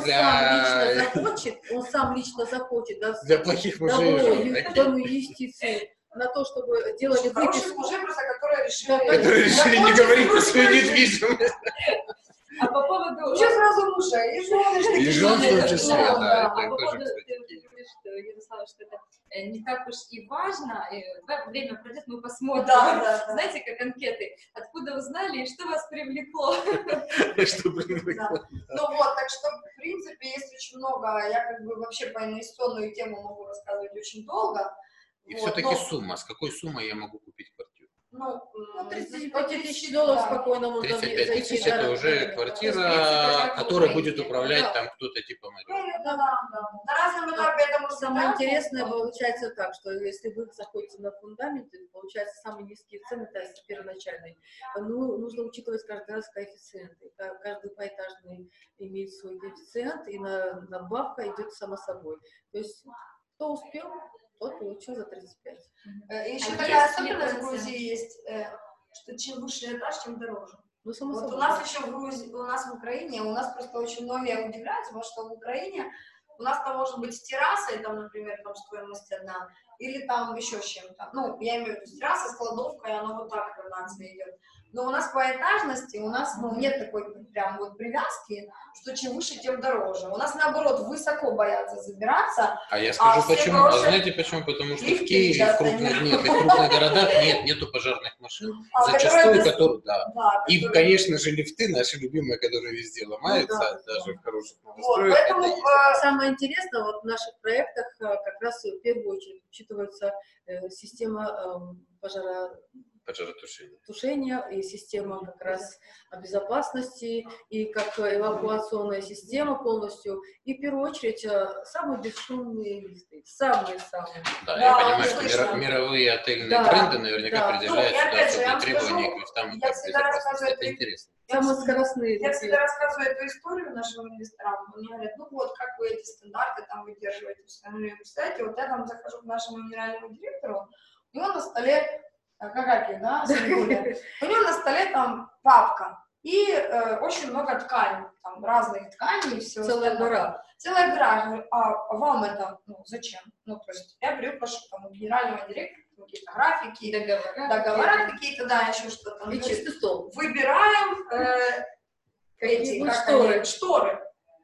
если он сам лично захочет, да, для плохих мужей. Дому юстиции, на то, чтобы делали выписку. Мужей просто, которые решили не говорить про свою недвижимость. А по поводу... Уже сразу мужа, и жены. И жен в том числе, да. А по поводу, ты говоришь, Ярослава, что это не так уж и важно, время пройдет, мы посмотрим. Да. Знаете, как анкеты, откуда узнали и что вас привлекло? Что привлекло. Ну вот, так что, в принципе, есть очень много, я как бы вообще по инвестиционную тему могу рассказывать очень долго. И все-таки сумма, с какой суммой я могу купить квартиру? Ну, $35 тысяч спокойно можно 35 тысяч это уже квартира, которая будет управлять там кто-то типа Марии. Да. На разном этапе это может Самое интересное получается так, что если вы заходите на фундамент, получается самые низкие цены, то есть первоначальные. Ну, нужно учитывать каждый раз коэффициенты. Каждый поэтажный имеет свой коэффициент, и надбавка идет само собой. То есть кто успел, тот получил за 35. Еще такая особенность в Грузии есть, что чем выше этаж, тем дороже. Ну, само вот собой. у нас еще в Грузии, у нас в Украине, у нас просто очень многие удивляются, потому что в Украине у нас там может быть с террасой, там, например, там стоимость одна, или там еще с чем-то. Ну, я имею в виду с террасой, с кладовкой, оно вот так градация идет. Но у нас по этажности, у нас нет такой прям вот привязки, что чем выше, тем дороже. У нас наоборот высоко боятся забираться. А я скажу почему. А знаете почему? Потому что в Киеве, в крупных городах нету пожарных машин, зачастую, которые, и, конечно же, лифты, наши любимые, которые везде ломаются, даже в хороших новостроях. Поэтому самое интересное, вот в наших проектах как раз в первую очередь учитывается система пожаротушения и система как раз безопасности, и как эвакуационная система полностью, и в первую очередь самые бесшумные лифты, самые-самые. Да, я понимаю, что мировые отельные бренды наверняка определяют сюда требования к лифтам и безопасности. Это интересно. Самые скоростные. Я всегда рассказываю эту историю нашим инвесторам, они говорят, ну вот, как вы эти стандарты там выдерживаете, представляете, вот я там захожу к нашему генеральному директору, у него на столе Какаки, да, у него на столе там папка и очень много тканей, там разных тканей и все. Целая гора. Целая гора. Я говорю, а вам это, зачем? Ну, то есть я беру, там, у генерального директора какие-то графики, договора какие-то, да, еще что-то. И чистый стол. Выбираем шторы.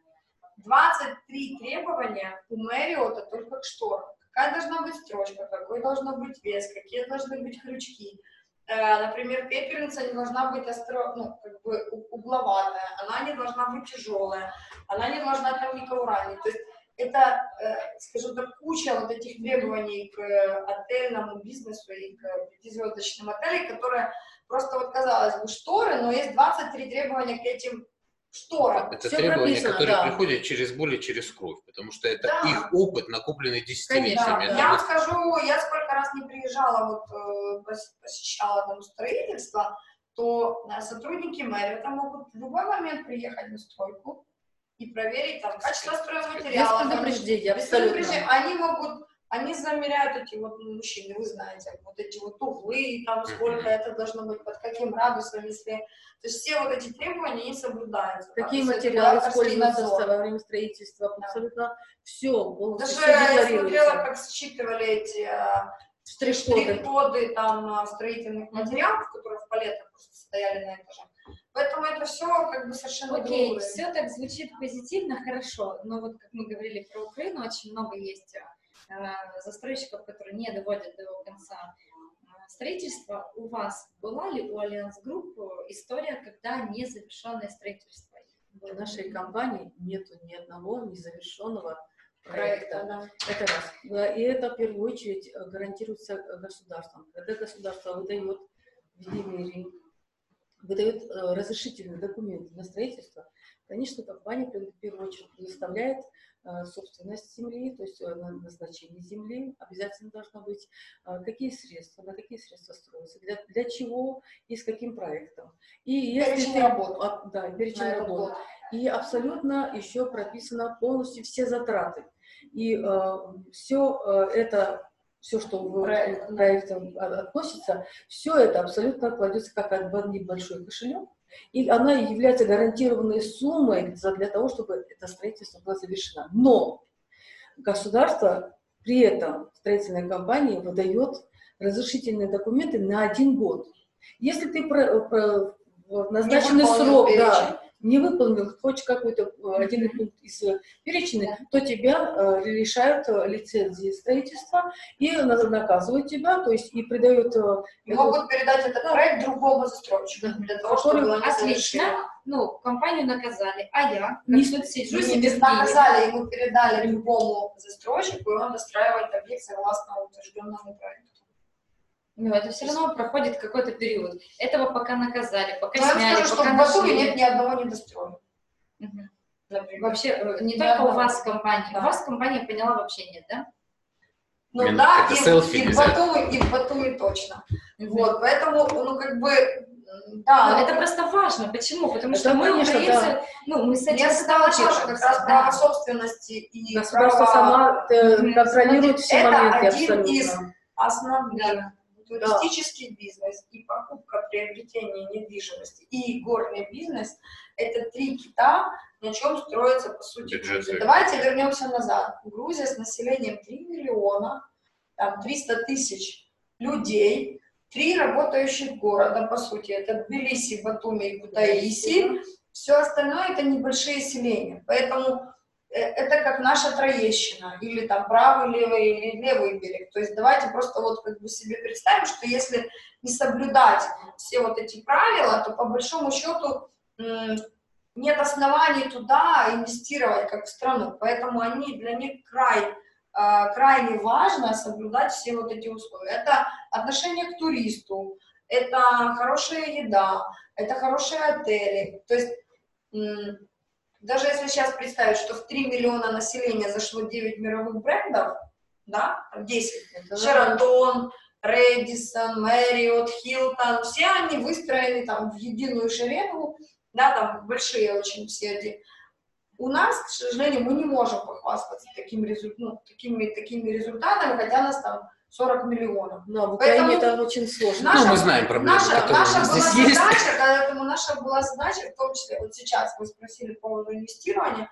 23 требования у Marriott только к шторам. Какая должна быть строчка, какой должен быть вес, какие должны быть крючки. Например, пепельница не должна быть угловатая, она не должна быть тяжелая, она не должна там никого ранить. То есть это, скажем так, куча вот этих требований к отельному бизнесу и к пятизвездочным отелям, которые просто, вот казалось бы, шторы, но есть 23 требования к этим шторам. Это все требования, которые приходят через кровь, потому что это их опыт, накопленный десятилетиями. Я вам скажу, я сколько раз не приезжала, посещала там строительство, то сотрудники мэрии там могут в любой момент приехать на стройку и проверить там качество стройматериала. Без предупреждения, абсолютно. Они замеряют эти вот мужчины, вы знаете, вот эти вот углы, там сколько это должно быть, под каким градусом, если... То есть все вот эти требования не соблюдаются. Какие материалы используются во время строительства, абсолютно все. Даже я смотрела, как считывали эти штрих-коды там строительных материалов, которые в палетах просто стояли на этаже. Поэтому это все как бы совершенно другое. Все так звучит позитивно, хорошо, но вот как мы говорили про Украину, очень много есть застройщиков, которые не доводят до конца строительства. У вас была ли у Альянс Групп история, когда незавершенное строительство в нашей компании нету ни одного незавершенного проекта. Да. Это раз. И это в первую очередь гарантируется государством. Когда государство выдает в мире выдает разрешительные документы на строительство, конечно, компания в первую очередь предоставляет собственность земли, то есть назначение земли обязательно должно быть, какие средства, на какие средства строятся, для чего и с каким проектом. И если перечень работ. Да, перечень работ. И абсолютно еще прописано полностью все затраты. И все это, все, что в проект относится, все это абсолютно кладется как один большой кошелек, и она является гарантированной суммой для того, чтобы это строительство было завершено. Но государство при этом строительной компании выдает разрешительные документы на 1 год. Если ты в назначенный срок не выполнил хоть какой-то один пункт из перечня, то тебя лишают лицензии строительства и наказывают тебя, то есть и придают... И могут передать этот проект другому застройщику, для того, чтобы они отлично, ну, компанию наказали, а я, как тут сижу, себе наказали, ему передали другому застройщику, и он достраивает объект согласно утвержденному проекту. Ну, это все равно проходит какой-то период. Этого пока наказали, пока сняли, пока что в Батуми нет ни одного недостроя. Вообще, не только у вас в компании. Да. У вас в компании, поняла, вообще нет, да? Ну да, и в Батуми точно. Вот, поэтому, ну, как бы, да. Но это просто важно. Почему? Потому что мы, украинцы, ну, мы с этим сталкиваемся. Как раз право собственности и государство сама контролирует все моменты абсолютно. Это один из основных. Туристический бизнес и покупка, приобретение недвижимости и горный бизнес – это 3 кита, на чем строится, по сути, Грузия. Давайте вернемся назад. Грузия с населением 3 миллиона, там 300 тысяч людей, 3 работающих города, по сути, это Тбилиси, Батуми и Кутаиси. Все остальное – это небольшие селения. Поэтому это как наша Троещина, или там правый, левый, или левый берег. То есть давайте просто вот как бы себе представим, что если не соблюдать все вот эти правила, то по большому счету нет оснований туда инвестировать как в страну. Поэтому для них крайне важно соблюдать все вот эти условия. Это отношение к туристу, это хорошая еда, это хорошие отели. То есть даже если сейчас представить, что в 3 миллиона населения зашло 9 мировых брендов, да, 10, Шератон, Рэдисон, Мэриот, Хилтон, все они выстроены там в единую шеренгу, да, там большие очень все эти. У нас, к сожалению, мы не можем похвастаться такими результатами, хотя нас там 40 миллионов. Но в Украине это очень сложно. Мы знаем проблемы, которые у нас здесь есть. Наша была задача, в том числе, вот сейчас вы спросили по поводу инвестирования,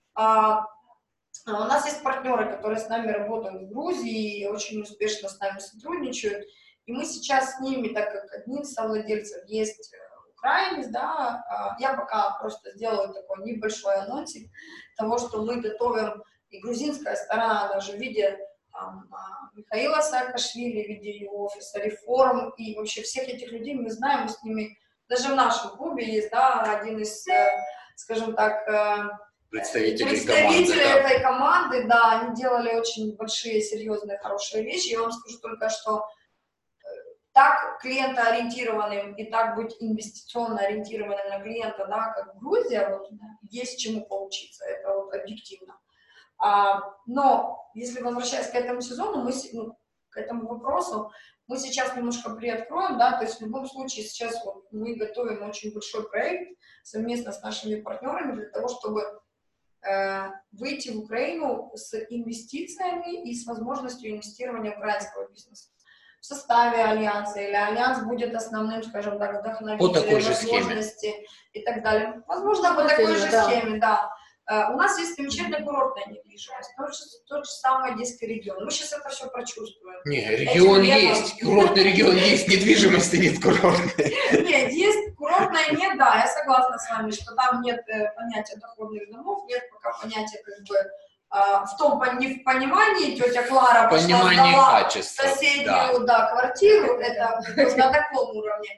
у нас есть партнеры, которые с нами работают в Грузии и очень успешно с нами сотрудничают, и мы сейчас с ними, так как один из совладельцев есть украинец, да, я пока просто сделаю такой небольшой анонсик того, что мы готовим, и грузинская сторона даже в виде Михаила Саакашвили, в виде его офиса реформ, и вообще всех этих людей мы знаем, мы с ними, даже в нашем клубе есть, да, один из, скажем так, представители этой команды, да, они делали очень большие, серьезные, хорошие вещи. Я вам скажу только, что так клиентоориентированным и так быть инвестиционно ориентированным на клиента, да, как Грузия, вот, есть чему поучиться, это вот объективно. Но если возвращаясь к этому сезону, к этому вопросу, мы сейчас немножко приоткроем, да, то есть в любом случае сейчас вот мы готовим очень большой проект совместно с нашими партнерами для того, чтобы выйти в Украину с инвестициями и с возможностью инвестирования украинского бизнеса в составе альянса, или альянс будет основным, скажем так, вдохновителем, возможности и так далее. Возможно, по такой же схеме, да. У нас есть замечательная курортная недвижимость, тот же самый Одесский регион. Мы сейчас это все прочувствуем. Не, регион есть, курортный регион есть, недвижимости нет курортной. Нет, есть, курортная нет, да, я согласна с вами, что там нет понятия доходных домов, нет пока понятия как бы в том не в понимании тетя Клара пошла сдала соседнюю квартиру, это на таком уровне.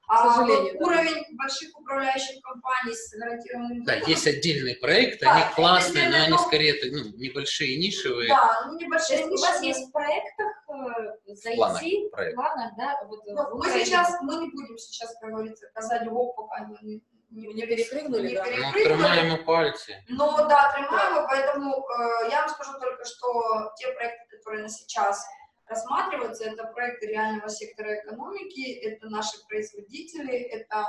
сожалению, уровень больших управляющих компаний с гарантированным доходом. Да, есть отдельные проекты, Да, они классные, но они но... скорее небольшие, нишевые. Да, ну небольшие нишевые. У вас есть в проектах зайти, в планах, да? Вот, мы не будем сейчас, как говорится, казать гоп, пока не перепрыгнули, да? Ну, тримаємо пальцы. Ну, да, тримаємо, поэтому я вам скажу только, что те проекты, которые на сейчас рассматриваются, это проекты реального сектора экономики, это наши производители, это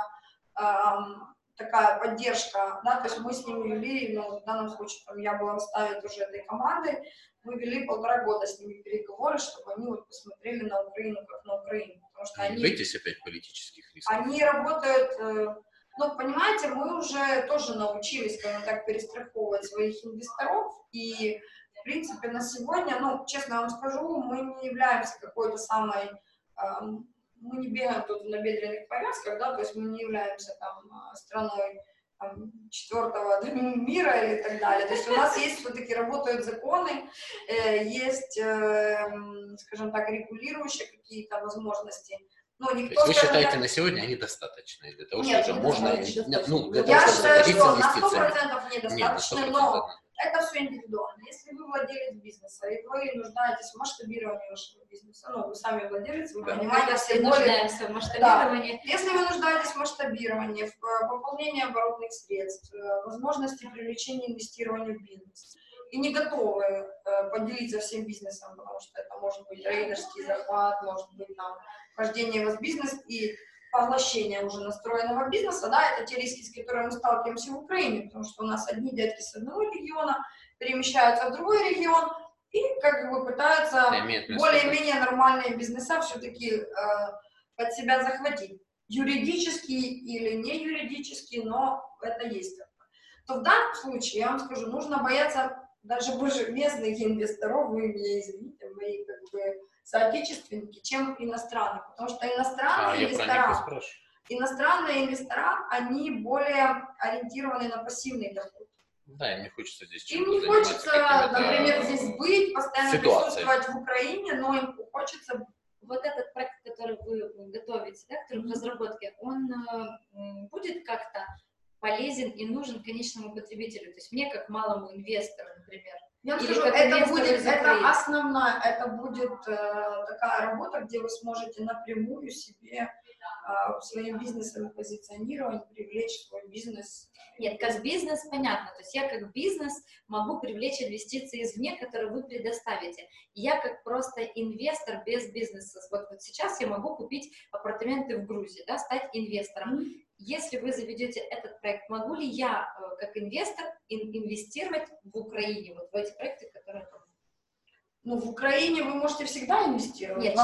такая поддержка, да, то есть мы с ними вели, ну, в данном случае там, я была в составе тоже этой команды, мы вели 1,5 года с ними переговоры, чтобы они вот посмотрели на Украину как на Украину, потому что они... Боитесь опять политических рисков? Они работают, ну, понимаете, мы уже тоже научились, скажем так, перестраховывать своих инвесторов, и, в принципе, на сегодня, ну, честно вам скажу, мы не являемся какой-то самой... Мы не бегаем тут в набедренных повязках, да, то есть мы не являемся там страной там, 4-го мира или так далее. То есть у нас есть все-таки работают законы, есть, скажем так, регулирующие какие-то возможности. Но никто, вы считаете, так... на сегодня они достаточные для того, нет, чтобы можно... Ну, для того, чтобы я считаю, что на 100% недостаточно, но это все индивидуально. Если вы владелец бизнеса, и вы нуждаетесь в масштабировании вашего бизнеса, ну, вы сами владелец, вы понимаете, все нуждаемся в масштабировании. Да. Если вы нуждаетесь в масштабировании, в пополнении оборотных средств, возможности привлечения инвестирования в бизнес, и не готовы поделиться всем бизнесом, потому что это может быть трейдерский захват, может быть там вхождение в вас бизнес и поглощение уже настроенного бизнеса, да, это те риски, с которыми мы сталкиваемся в Украине, потому что у нас одни дядьки с одного региона перемещаются в другой регион и как бы пытаются более-менее нормальные бизнеса все-таки под себя захватить. Юридически или не юридически, но это есть. То в данном случае, я вам скажу, нужно бояться даже больше местных инвесторов, вы меня извините, мои как бы соотечественники, чем иностранных, потому что иностранные инвестора, они более ориентированы на пассивный доход. Да, им не хочется здесь им не хочется, например, здесь быть, постоянно присутствовать в Украине, но им хочется... Вот этот проект, который вы готовите, да, который в разработке, он будет как-то полезен и нужен конечному потребителю, то есть мне как малому инвестору, например. Я вам скажу, это основная, это будет такая работа, где вы сможете напрямую себе своим бизнесом и позиционированием привлечь свой бизнес. Нет, как бизнес понятно, то есть я как бизнес могу привлечь инвестиции извне, которые вы предоставите. Я как просто инвестор без бизнеса, вот сейчас я могу купить апартаменты в Грузии, да, стать инвестором. Если вы заведете этот проект, могу ли я, как инвестор, инвестировать в Украине, вот в эти проекты, которые там? Ну, в Украине вы можете всегда инвестировать. Нет,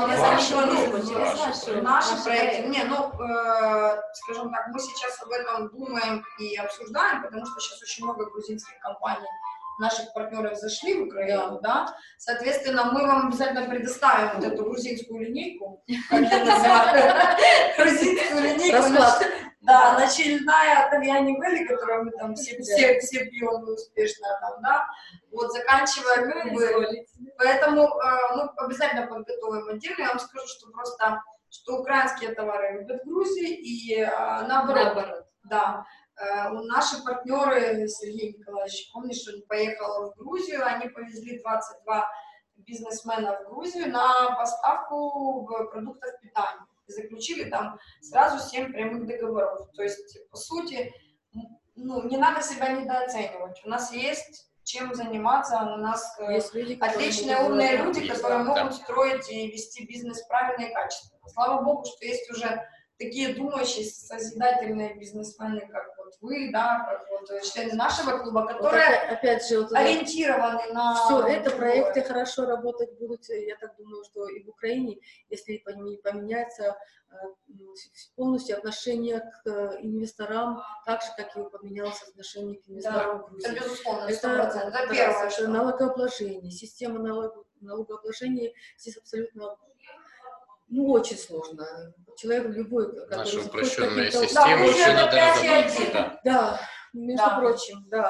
через наши проекты. Не, ну, скажем так, мы сейчас об этом думаем и обсуждаем, потому что сейчас очень много грузинских компаний, наших партнеров зашли в Украину, да. Соответственно, мы вам обязательно предоставим вот эту грузинскую линейку, как я называю, грузинскую линейку. Да, начальная от Альяни Вэлли, которую мы там все пьем успешно там, да, вот заканчивая как бы, поэтому мы обязательно подготовим отдельно, я вам скажу, что просто, что украинские товары любят в Грузии и наоборот, да, наши партнеры, Сергей Николаевич, помнишь, он поехал в Грузию, они повезли 22 бизнесмена в Грузию на поставку продуктов питания. Заключили там сразу 7 прямых договоров. То есть, по сути, ну, не надо себя недооценивать. У нас есть чем заниматься, у нас люди, отличные умные люди, которые могут строить и вести бизнес правильно и качественно. Слава богу, что есть уже такие думающие, созидательные бизнесмены, как вот вы, да, как вот члены нашего клуба, которые вот опять же, вот ориентированы на... Все это проекты хорошо работать будут, я так думаю, что и в Украине, если поменяется полностью отношение к инвесторам, так же, как и поменялось отношение к инвесторам в Грузии. Это безусловно, 100%. Это первое, что налогообложение, система налогообложения здесь абсолютно... Ну, очень сложно. Человек любой, который... Наша упрощенная система, еще надо разобраться. Да, между прочим, да.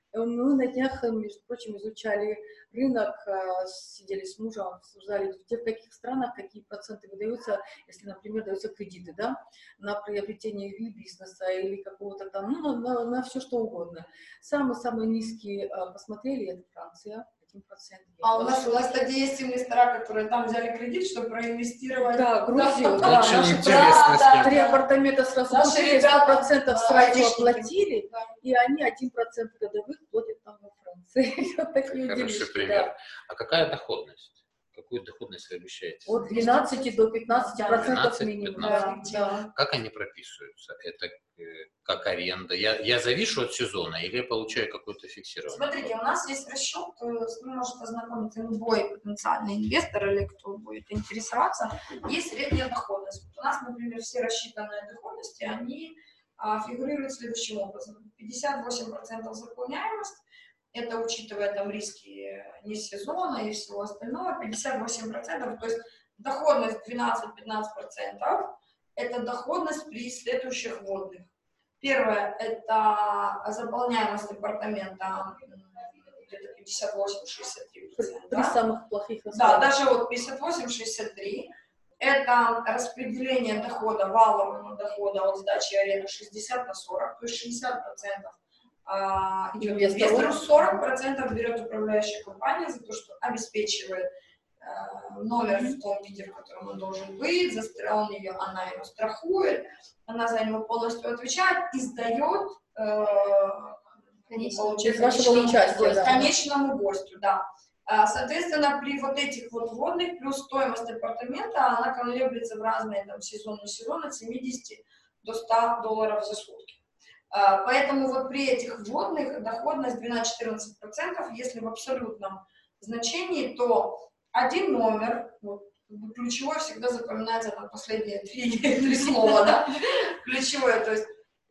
Мы на днях, между прочим, изучали рынок, сидели с мужем, обсуждали, где, в каких странах какие проценты выдаются, если, например, даются кредиты, да, на приобретение или бизнеса, или какого-то там, ну, на все что угодно. Самые низкие посмотрели, это Франция. 1%. А у нас, кстати, есть инвестора, которые там взяли кредит, чтобы проинвестировать. Да, Грузию, да. Очень интересно. Да, 3 апартамента сразу купили, 100% сразу оплатили, да. И они 1% годовых платят там во Франции. Вот такие хороший пример. Да. А какая доходность? Какую доходность вы обещаете? От 12 до 15% минимум. Да. Как они прописываются? Это как аренда? Я завишу от сезона или я получаю какой-то фиксированный? Смотрите, у нас есть расчет, с ним может ознакомиться любой потенциальный инвестор или кто будет интересоваться. Есть средняя доходность. У нас, например, все рассчитанные доходности, они фигурируют следующим образом. 58% заполняемость. Это учитывая там риски не сезона и всего остального, 58%, то есть доходность 12-15%, это доходность при следующих вводных. Первое, это заполняемость апартамента где-то 58-63%. При самых плохих условиях. Да, даже вот 58-63%. Это распределение дохода, валового дохода от сдачи аренды 60 на 40, то есть 60% идет инвестору, 40% берет управляющая компания за то, что обеспечивает номер в том виде, в котором он должен быть, он ее, она его страхует, она за него полностью отвечает и сдает конечному гостю, да. Соответственно, при вот этих вот вводных плюс стоимость апартамента, она колеблется в разные там сезон от 70 до $100 за сутки. Поэтому вот при этих вводных доходность 12-14%, если в абсолютном значении, то один номер, вот, ключевой всегда запоминается на последние три слова, да, ключевое, то есть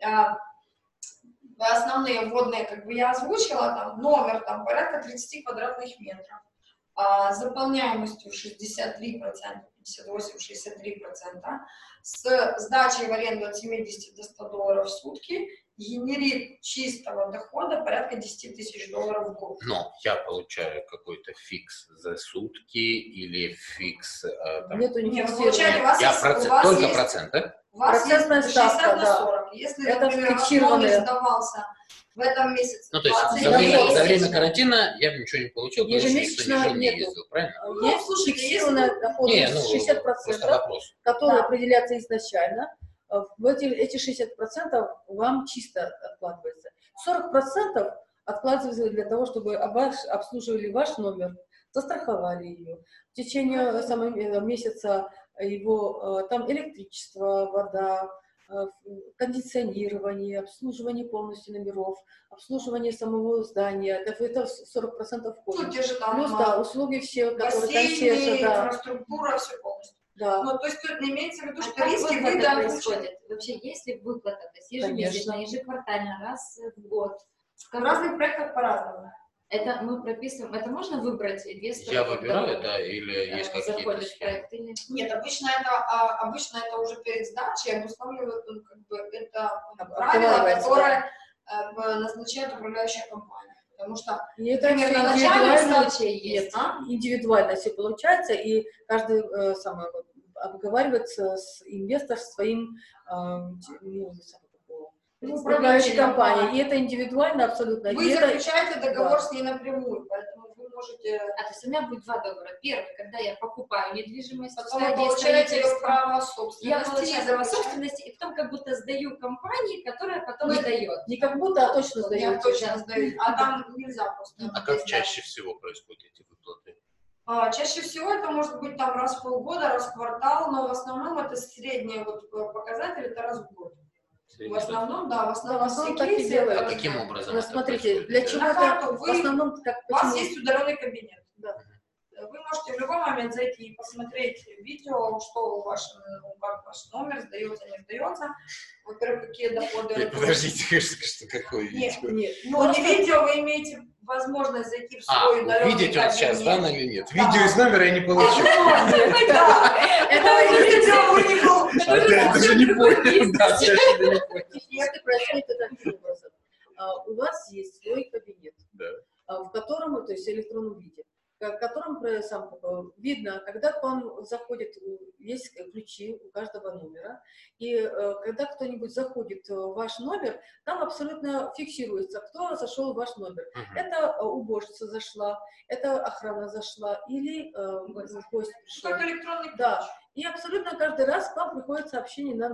основные вводные, как бы я озвучила, там номер там порядка 30 квадратных метров, заполняемостью 63%, 58-63%, с сдачей в аренду от 70 до $100 в сутки, генерит чистого дохода порядка $10 тысяч в год. Но я получаю какой-то фикс за сутки или фикс... Нету никаких. Вы получаете, у вас только есть, проценты? У вас процентная есть 60 ставка, на 40. Если, это например, фиксированный сдавался в этом месяце... Ну, то есть за время карантина я бы ничего не получил, потому что никто не ездил, правильно? Есть, слушайте, фиксированная доходность 60%, которые определяются изначально. Эти 60% вам чисто откладывается. 40% откладывается для того, чтобы обслуживали ваш номер, застраховали ее. В течение месяца его там электричество, вода, кондиционирование, обслуживание полностью номеров, обслуживание самого здания. Это 40% входит. Ну, те же там плюс, да, услуги все, которые бассейны, инфраструктура, все полностью. Да. Ну, то есть тут не имеется в виду, что риски выгода происходят. Вообще, есть ли выплата, то есть ежемесячно, ежеквартально, раз в год? В разных проектах по-разному. Это мы прописываем, это можно выбрать инвестора? Я выбираю, да, или есть какие-то схемы? Нет, обычно это уже перед сдачей обуславливает, как бы, это правило, которое назначает управляющая компания. Потому что, например, на начальном случае есть. Индивидуально все получается, и каждый обговаривается с инвестором своим управляющей компанией. И это индивидуально абсолютно. Вы заключаете договор с ней напрямую, поэтому вы можете... То есть у меня будет два договора. Первый, когда я покупаю недвижимость, потом вы получаете право собственности. Я получаю право собственности, и потом как будто сдаю компании, которая потом сдает. Не как будто, а точно сдает. Точно сдают. А там нельзя просто. А как чаще всего происходят эти выплаты? Чаще всего это может быть там раз в полгода, раз в квартал, но в основном это средний показатель, это раз в год. В основном, да, в основном так и делают. А каким образом? Смотрите, для чего это в основном... У вас есть удаленный кабинет. Да. Вы можете в любой момент зайти и посмотреть видео, что как ваш номер сдается, не сдается. Во-первых, какие доходы... Подождите, что какое видео? Нет. Ну, не видео, вы имеете возможность зайти в свой удаленный кабинет. Увидеть вот сейчас, да, или нет? Видео из номера я не получу. Это видео вы не получите. Я даже не понял. Это происходит таким образом. у вас есть свой кабинет, в котором, то есть в электронном виде, в котором видно, когда к вам заходит, есть ключи у каждого номера, и когда кто-нибудь заходит в ваш номер, там абсолютно фиксируется, кто зашел в ваш номер. Это уборщица зашла, это охрана зашла, или гость пришел. Как электронный ключ. Да. И абсолютно каждый раз к вам приходит сообщение на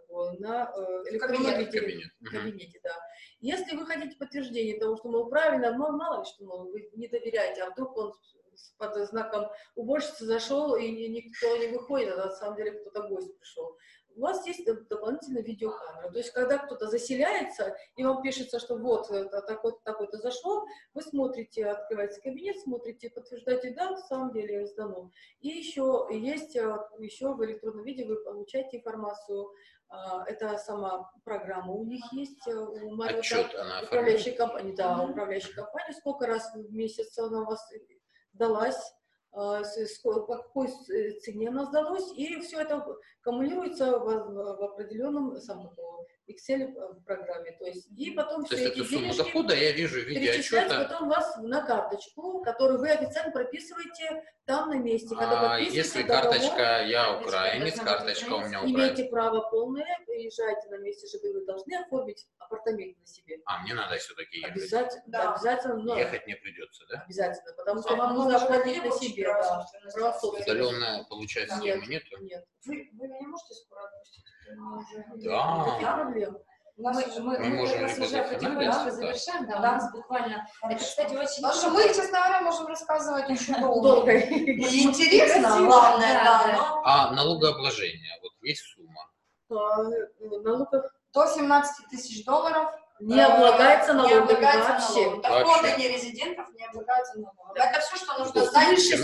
электронном кабинете. Да. Если вы хотите подтверждение того, что, мол, правильно, мало ли что, мол, вы не доверяете, а вдруг он под знаком уборщицы зашел, и никто не выходит, а на самом деле кто-то гость пришел. У вас есть дополнительная видеокамера. То есть, когда кто-то заселяется, и вам пишется, что вот такой-то зашел, вы смотрите, открываете кабинет, смотрите, подтверждаете, да, на самом деле сдано. И еще в электронном виде вы получаете информацию. Это сама программа у них есть, у Мариота, управляющей компании, сколько раз в месяц она у вас сдалась, по какой цене она сдалась, и все это аккумулируется в определенном Excel программе. То есть, и потом то все есть эти денежки дохода я вижу в виде отчета. Потом вас на карточку, которую вы официально прописываете там на месте. Если карточка, я украинец, карточка у меня украинец. Имеете право полное, приезжайте на месте ЖБ, вы должны оформить апартамент на себе. Мне надо все-таки ехать. Обязательно, да. Обязательно. Ехать не придется, да? Обязательно, потому что вам нужно оформить на себе. Удаленная, получается, схемы нету? Нет. Вы меня можете скоро отпустить? Да. Каких проблем? Мы можем уже потихонечку завершаем, да, у нас буквально, это, кстати, очень... Потому что мы, честно говоря, можем рассказывать очень долго. И интересно, главное, да. А налогообложение, вот есть сумма? Налогов до $17 тысяч не облагается налогом вообще. Доходы нерезидентов не облагаются налогом. Это все, что нужно знать. Свыше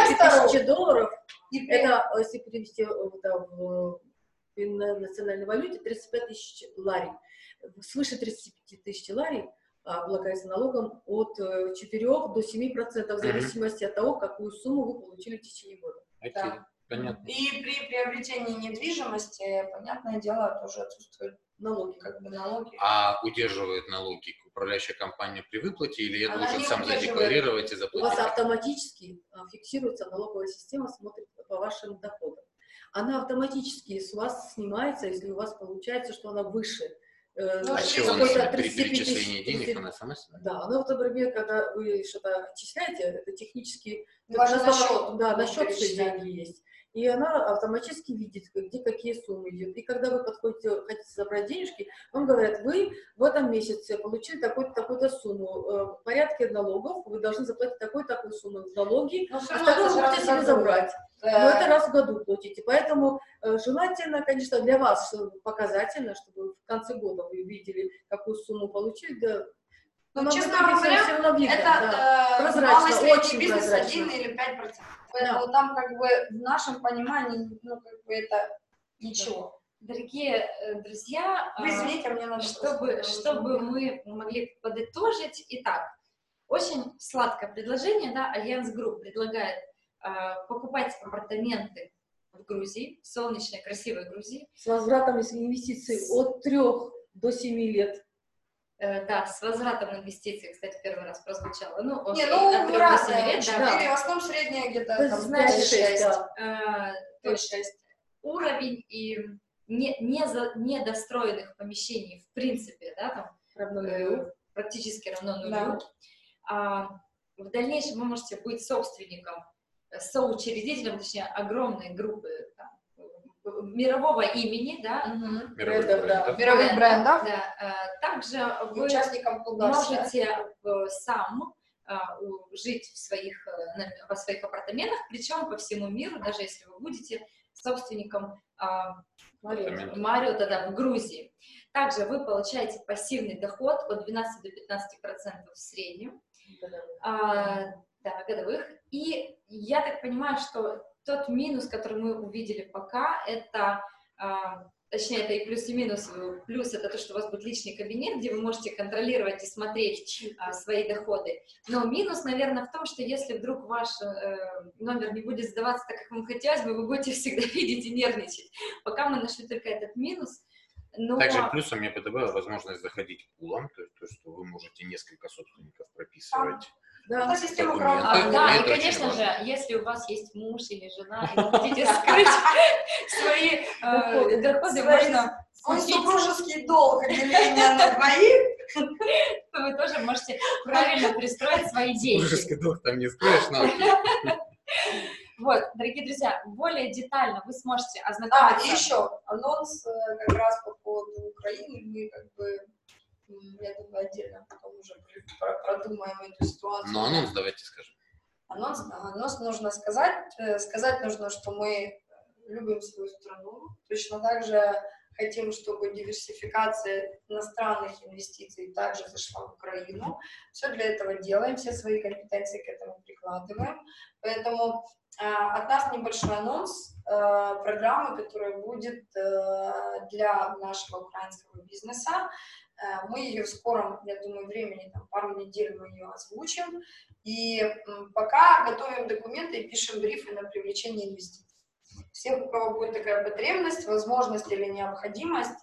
$17 000, это, если перевести в национальной валюте, 35 тысяч лари. Свыше 35 тысяч лари облагается налогом от 4 до 7%, в зависимости от того, какую сумму вы получили в течение года. Да. Понятно. И при приобретении недвижимости, понятное дело, тоже отсутствуют налоги. налоги. А удерживает налоги управляющая компания при выплате, или я должен сам задекларировать и заплатить? У вас автоматически фиксируется налоговая система, смотрит по вашим доходам. Она автоматически с вас снимается, если у вас получается, что она выше. А чего она при перечислении денег она сама снимает? Да, она, например, когда вы что-то отчисляете, это технически... На счет все деньги есть. И она автоматически видит, где какие суммы идут. И когда вы хотите забрать денежки, вам говорят, вы в этом месяце получили такую-то сумму. В порядке налогов вы должны заплатить такую-такую сумму в налоги, а вторую вы можете себе забрать. Но это раз в году платите. Поэтому желательно, конечно, для вас показательно, чтобы в конце года вы видели, какую сумму получили. Да. Но, честно говоря, это малый средний бизнес 1 или 5%. Поэтому там как бы в нашем понимании, это ничего. Дорогие друзья, вы извините, мне надо чтобы мы могли подытожить. Итак, очень сладкое предложение, да, Альянс Групп предлагает покупать апартаменты в Грузии, в солнечной, красивой Грузии. С возвратом инвестиций от 3 до 7 лет. Да, с возвратом инвестиций, кстати, первый раз прозвучало. Разные, 4, в основном средняя где-то, там, 5-6. Уровень и недостроенных помещений, в принципе, да, там, практически равно нулю. Да. В дальнейшем вы можете быть собственником, соучредителем, точнее, огромной группы там, мирового имени, да, мировых брендов. Да. Также вы участником клуба можете сам жить во своих апартаментах, причем по всему миру, даже если вы будете собственником Мариота, да, в Грузии. Также вы получаете пассивный доход от 12 до 15% в среднем, годовых. И я так понимаю, что тот минус, который мы увидели пока, это, точнее, это и плюс, и минус. Плюс это то, что у вас будет личный кабинет, где вы можете контролировать и смотреть свои доходы. Но минус, наверное, в том, что если вдруг ваш номер не будет сдаваться так, как вам хотелось бы, вы будете всегда видеть и нервничать. Пока мы нашли только этот минус. Но... Также плюсом я добавила возможность заходить пулом, то есть то, что вы можете несколько собственников прописывать. Да, система да, и, это конечно же, если у вас есть муж или жена, и вы хотите скрыть свои доходы, можно свой супружеский долг, деление на двоих, то вы тоже можете правильно пристроить свои деньги. Супружеский долг там не скроешь, но Вот, дорогие друзья, более детально вы сможете ознакомиться. и еще анонс как раз по поводу Украины. Мы как бы, я думаю, отдельно потом уже продумаем эту ситуацию. но анонс давайте скажем. Анонс нужно сказать. Сказать нужно, что мы любим свою страну. Точно так же хотим, чтобы диверсификация иностранных инвестиций также зашла в Украину. Все для этого делаем, все свои компетенции к этому прикладываем. Поэтому от нас небольшой анонс программы, которая будет для нашего украинского бизнеса. Мы ее в скором, я думаю, времени, там, пару недель мы ее озвучим. И пока готовим документы и пишем брифы на привлечение инвестиций. Всех, у кого будет такая потребность, возможность или необходимость,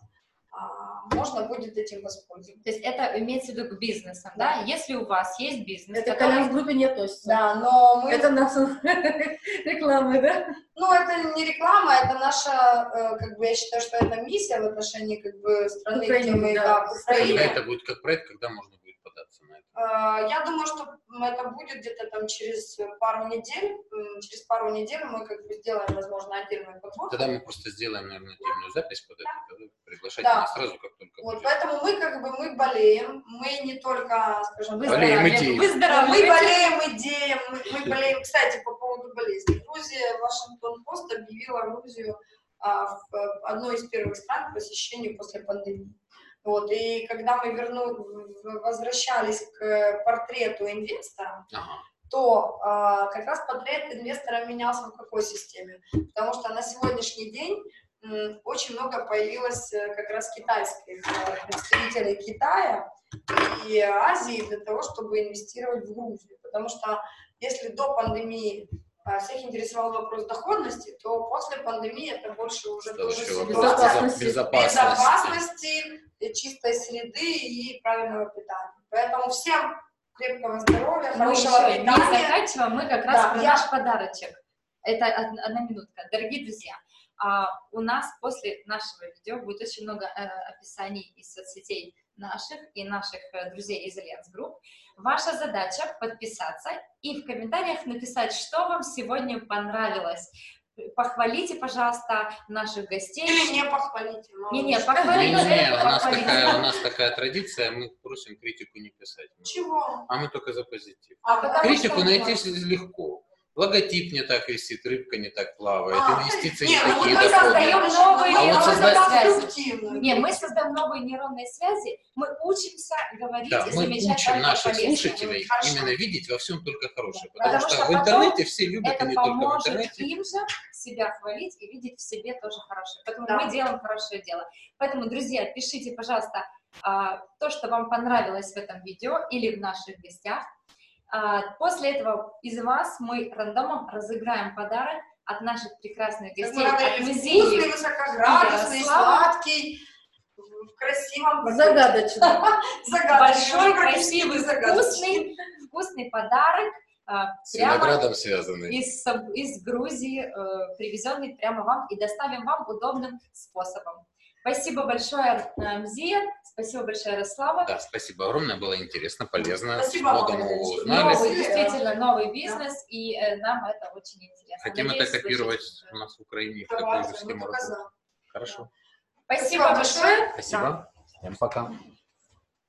можно будет этим воспользоваться. То есть это имеется в виду к бизнесам, да? Если у вас есть бизнес, это к Альянс-группе не относится. Да, но мы... Это наша реклама, да? Ну, это не реклама, это наша, как бы, я считаю, что это миссия в отношении, как бы, страны, Украины, где мы, да, Украины. Это будет как проект, когда можно будет податься на это? Я думаю, что это будет где-то там через пару недель. Через пару недель мы как бы сделаем, возможно, отдельную подборку. Тогда мы просто сделаем, наверное, отдельную запись под это, тогда приглашайте Да. нас сразу, как только Вот, будет. поэтому мы как бы мы болеем, мы не только, скажем, Болеем идеей. мы болеем идеям, мы болеем, кстати, по поводу болезни. Грузия, Вашингтон-Пост объявила Грузию в одной из первых стран к посещению после пандемии. Вот, и когда мы возвращались к портрету инвестора, то как раз портрет инвестора менялся в какой системе? Потому что на сегодняшний день очень много появилось как раз китайских представителей Китая и Азии для того, чтобы инвестировать в Грузию. Потому что если до пандемии всех интересовал вопрос доходности, то после пандемии это больше уже тоже безопасности, чистой среды и правильного питания. Поэтому всем крепкого здоровья, хорошего питания. Не заканчиваем, мы как раз про наш подарочек. Это одна минутка. Дорогие друзья, у нас после нашего видео будет очень много описаний из соцсетей наших и наших друзей из Альянс Групп. Ваша задача подписаться и в комментариях написать, что вам сегодня понравилось. Похвалите, пожалуйста, наших гостей. Или не похвалите. Похвалите. У нас такая традиция, мы просим критику не писать. Чего? А мы только за позитив. Критику найти легко. Логотип не так висит, рыбка не так плавает, инвестиции не такие мы создаем новые нейронные связи. Мы создаем новые нейронные связи, мы учимся говорить и мы замечать учим наших полезное. слушателей именно видеть во всем только хорошее. Потому Потому что в интернете все любят, и не только в поможет интернете. им же себя хвалить и видеть в себе тоже хорошее. Поэтому мы делаем хорошее дело. Поэтому, друзья, пишите, пожалуйста, то, что вам понравилось в этом видео или в наших гостях. После этого из вас мы рандомом разыграем подарок от наших прекрасных гостей, от музея. Вкусный, высокоградусный, сладкий, в красивом... Загадочный. Большой, красивый, вкусный подарок. С виноградом связанный. Из Грузии, привезенный прямо вам и доставим вам удобным способом. Спасибо большое, Мзия. Спасибо большое, Ярослава. Да, спасибо огромное, было интересно, полезно. Спасибо много вам. нового узнали. Действительно новый бизнес, и нам это очень интересно. Хотим это копировать у нас в Украине. Давайте, мы показали. Хорошо. Спасибо большое. Спасибо. Всем пока.